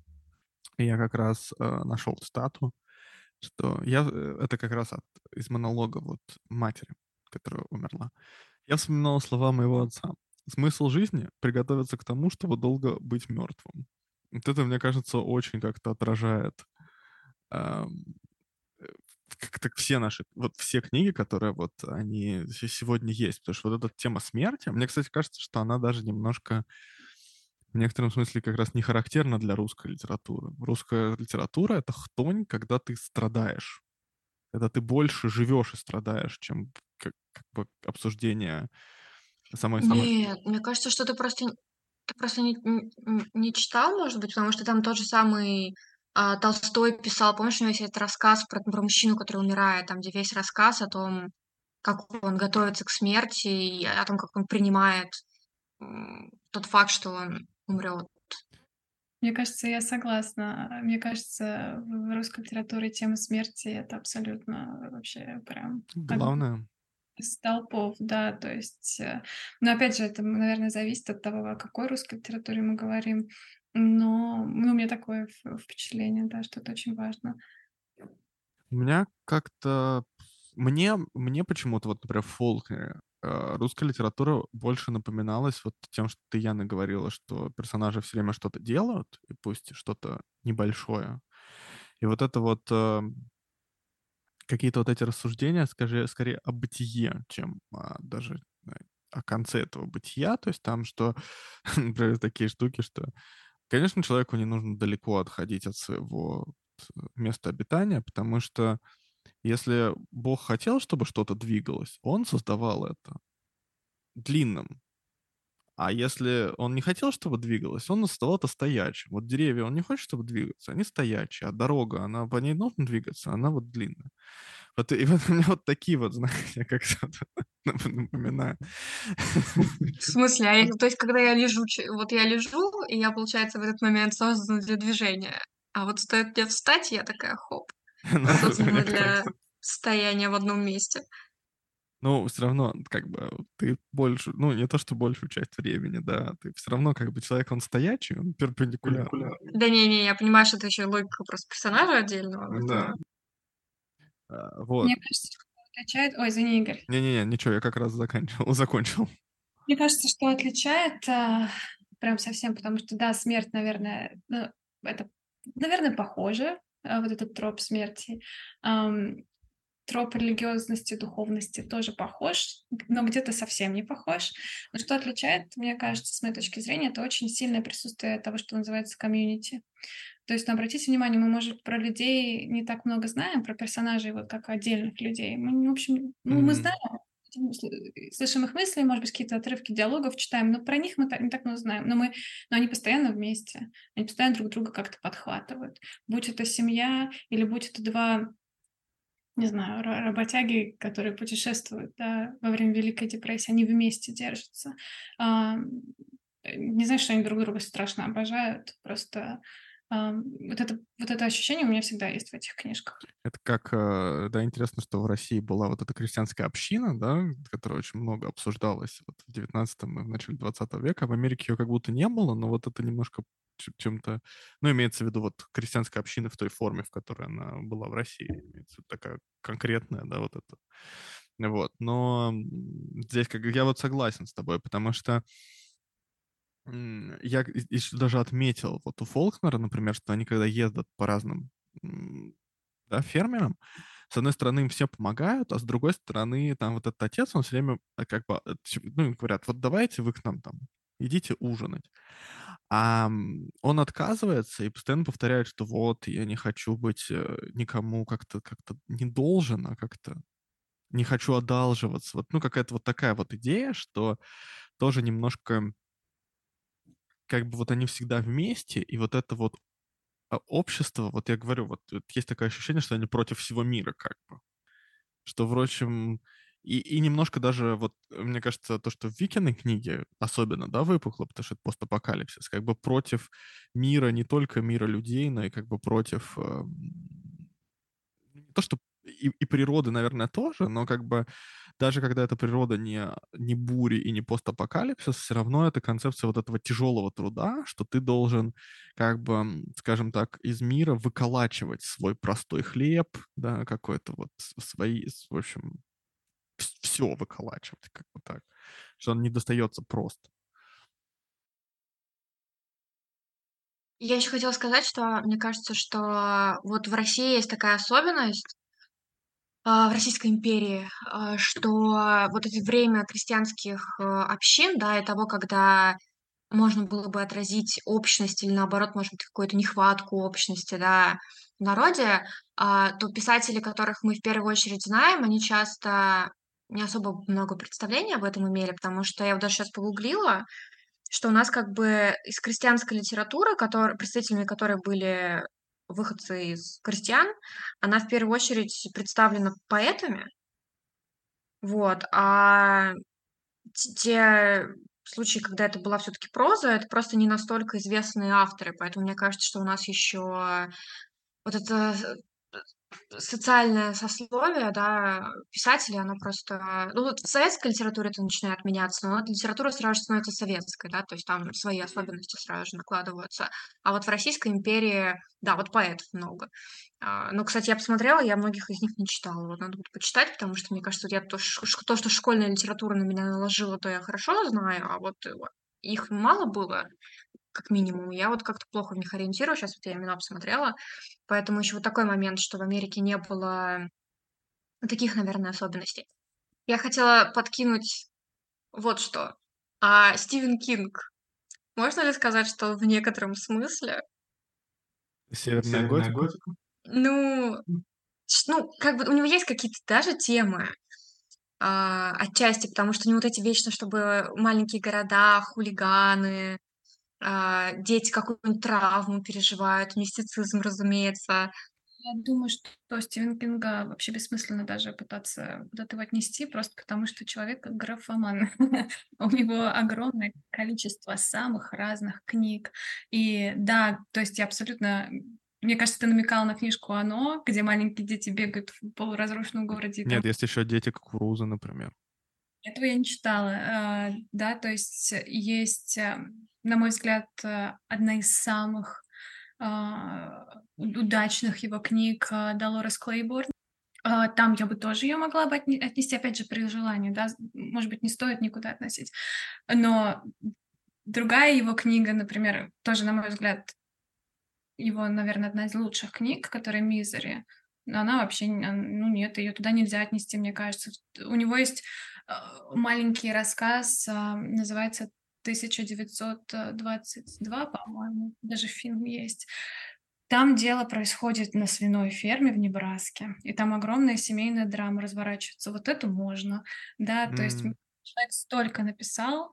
я как раз нашел стату, что это как раз из монолога вот матери, которая умерла. Я вспоминал слова моего отца. Смысл жизни — приготовиться к тому, чтобы долго быть мертвым. Вот это, мне кажется, очень как-то отражает ам, э, как-то все наши, вот все книги, которые вот они сегодня есть. Потому что вот эта тема смерти, мне, кстати, кажется, что она даже немножко в некотором смысле как раз не характерна для русской литературы. Русская литература — это хтонь, когда ты страдаешь. Когда ты больше живешь и страдаешь, чем как бы обсуждение самой... Нет, мне кажется, что Ты просто не читал, может быть, потому что там тот же самый Толстой писал, помнишь, у него есть этот рассказ про мужчину, который умирает, там, где весь рассказ о том, как он готовится к смерти, и о том, как он принимает тот факт, что он умрет. Мне кажется, я согласна. Мне кажется, в русской литературе тема смерти — это абсолютно вообще прям одна Главное. из столпов, да. То есть, но опять же, это, наверное, зависит от того, о какой русской литературе мы говорим. Но, ну, у меня такое впечатление, да, что это очень важно. У меня как-то... Мне почему-то, вот, например, в Фолкнере русская литература больше напоминалась вот тем, что ты, Яна, говорила, что персонажи все время что-то делают, и пусть что-то небольшое. И вот это вот какие-то вот эти рассуждения, скорее о бытие, чем даже о конце этого бытия. То есть там, что, например, такие штуки, что, конечно, человеку не нужно далеко отходить от своего места обитания, потому что если Бог хотел, чтобы что-то двигалось, он создавал это длинным. А если он не хотел, чтобы двигалось, он создавал это стоячим. Вот деревья он не хочет, чтобы двигаться, они стоячие, а дорога, она по ней нужно двигаться, она вот длинная. Вот, и вот у меня вот такие вот, знаете, как напоминаю. В смысле? То есть, когда я лежу, вот я лежу, и я, получается, в этот момент создана для движения. А вот стоит мне встать, я такая, хоп, создана для стояния в одном месте. Ну, все равно, как бы, ты больше, ну, не то, что большую часть времени, да, ты все равно, как бы, человек, он стоячий, он перпендикулярный. Да не, я понимаю, что это еще логика просто персонажа отдельного. Да. Вот. Мне кажется, что отличает... Ой, извини, Игорь. Не-не-не, ничего, я как раз закончил. Мне кажется, что отличает прям совсем, потому что, да, смерть, наверное, ну, это, наверное, похоже, вот этот троп смерти. Троп религиозности, духовности тоже похож, но где-то совсем не похож. Но что отличает, мне кажется, с моей точки зрения, это очень сильное присутствие того, что называется комьюнити. То есть, ну, обратите внимание, мы, может, про людей не так много знаем, про персонажей, вот как отдельных людей. Мы, в общем, ну, мы знаем, слышим их мысли, может быть, какие-то отрывки диалогов читаем, но про них мы не так много знаем. Но они постоянно вместе, они постоянно друг друга как-то подхватывают. Будь это семья или будь это два, не знаю, работяги, которые путешествуют, да, во время Великой депрессии, они вместе держатся. А, Не знаю, что они друг друга страшно обожают, просто вот это ощущение у меня всегда есть в этих книжках. Это как, да, интересно, что в России была вот эта крестьянская община, да, которая очень много обсуждалась вот в 19 и в начале 20 века. В Америке ее как будто не было, но вот это немножко чем-то... Ну, имеется в виду вот крестьянская община в той форме, в которой она была в России. Имеется в виду такая конкретная, да, вот это. Вот. Но здесь как я вот согласен с тобой, потому что я еще даже отметил вот у Фолкнера, например, что они когда ездят по разным да, фермерам, с одной стороны, им все помогают, а с другой стороны, там вот этот отец, он все время как бы, ну, им говорят, вот давайте вы к нам там, идите ужинать. Он отказывается и постоянно повторяет, что вот, я не хочу быть никому как-то не должен, а как-то не хочу одалживаться. Вот, ну, какая-то вот такая вот идея, что тоже немножко как бы вот они всегда вместе, и вот это вот общество, вот я говорю, вот есть такое ощущение, что они против всего мира как бы. Что, впрочем, и немножко даже вот, мне кажется, то, что в Викиной книге особенно, да, выпукло, потому что это постапокалипсис, как бы против мира, не только мира людей, но и как бы против не то, что и природы, наверное, тоже, но как бы даже когда эта природа не бури и не постапокалипсис, все равно это концепция вот этого тяжелого труда, что ты должен, как бы, скажем так, из мира выколачивать свой простой хлеб, да, какой-то вот свои, в общем, все выколачивать, как бы так, что он не достается просто. Я еще хотела сказать, что мне кажется, что вот в России есть такая особенность, в Российской империи, что вот это время крестьянских общин, да, и того, когда можно было бы отразить общность или, наоборот, может быть, какую-то нехватку общности, да, в народе, то писатели, которых мы в первую очередь знаем, они часто не особо много представления об этом имели, потому что я вот даже сейчас погуглила, что у нас как бы из крестьянской литературы, представителями которой были выходцы из крестьян, она в первую очередь представлена поэтами, вот, а те случаи, когда это была все таки проза, это просто не настолько известные авторы, поэтому мне кажется, что у нас еще вот это социальное сословие, да, писателей, оно просто... Ну, вот в советской литературе это начинает меняться, но вот литература сразу же становится советской, да, то есть там свои особенности сразу же накладываются. А вот в Российской империи, да, вот поэтов много. Ну, кстати, я посмотрела, я многих из них не читала. Вот надо будет почитать, потому что, мне кажется, вот я то, что школьная литература на меня наложила, то я хорошо знаю, а вот их мало было, как минимум. Я вот как-то плохо в них ориентируюсь. Сейчас вот я имена посмотрела. Поэтому еще вот такой момент, что в Америке не было таких, наверное, особенностей. Я хотела подкинуть вот что. Стивен Кинг. Можно ли сказать, что в некотором смысле, Северная готика? ну, ну, как бы у него есть какие-то даже темы, отчасти, потому что у него вот эти вечно, чтобы маленькие города, хулиганы, дети какую-нибудь травму переживают, мистицизм, разумеется. Я думаю, что Стивена Кинга вообще бессмысленно даже пытаться куда-то его отнести, просто потому что человек как графоман. У него огромное количество самых разных книг. И да, то есть я абсолютно... Мне кажется, ты намекал на книжку «Оно», где маленькие дети бегают в полуразрушенном городе. И там... Нет, есть еще «Дети кукурузы», например. Этого я не читала. Да, то есть есть, на мой взгляд, одна из самых удачных его книг Долорес Клейборн. Там я бы тоже ее могла бы отнести, опять же, при желании, да, может быть, не стоит никуда относить. Но другая его книга, например, тоже, на мой взгляд, его, наверное, одна из лучших книг, которая «Мизери», но она вообще, ну нет, ее туда нельзя отнести, мне кажется. У него есть маленький рассказ, называется 1922, по-моему, даже фильм есть. Там дело происходит на свиной ферме в Небраске, и там огромная семейная драма разворачивается. Вот это можно, да, то есть человек столько написал,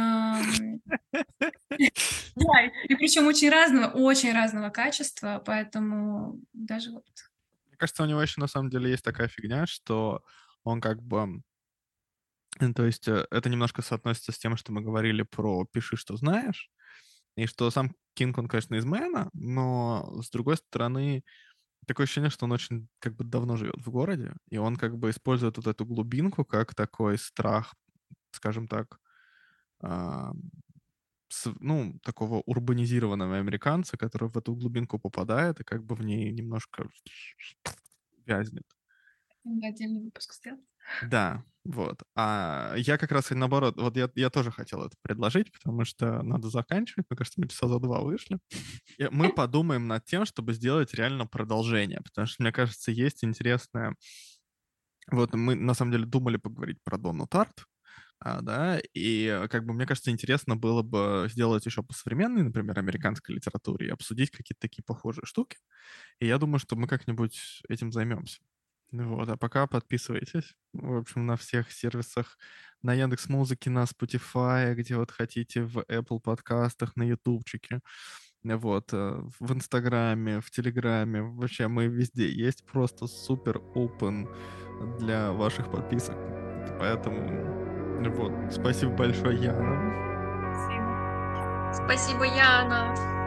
да, и причем очень разного качества, поэтому даже вот... Мне кажется, у него еще на самом деле есть такая фигня, что он как бы... То есть это немножко соотносится с тем, что мы говорили про «пиши, что знаешь», и что сам Кинг, он, конечно, из Мэна, но, с другой стороны, такое ощущение, что он очень как бы давно живет в городе, и он как бы использует вот эту глубинку как такой страх, скажем так, а, ну, такого урбанизированного американца, который в эту глубинку попадает и как бы в ней немножко вязнет. Отдельный выпуск сделать. Да, вот. А я как раз и наоборот, вот я тоже хотел это предложить, потому что надо заканчивать. Мне кажется, мы часа за 2 вышли. И мы подумаем над тем, чтобы сделать реально продолжение, потому что, мне кажется, есть интересное... Вот мы, на самом деле, думали поговорить про Донну Тарт, да, и как бы, мне кажется, интересно было бы сделать еще по современной, например, американской литературе и обсудить какие-то такие похожие штуки. И я думаю, что мы как-нибудь этим займемся. Вот, а пока подписывайтесь, в общем, на всех сервисах, на Яндекс.Музыке, на Spotify, где вот хотите, в Apple подкастах, на Ютубчике, вот, в Инстаграме, в Телеграме, вообще мы везде есть, просто супер open для ваших подписок, поэтому, вот, спасибо большое, Яна. Спасибо. Спасибо, Яна.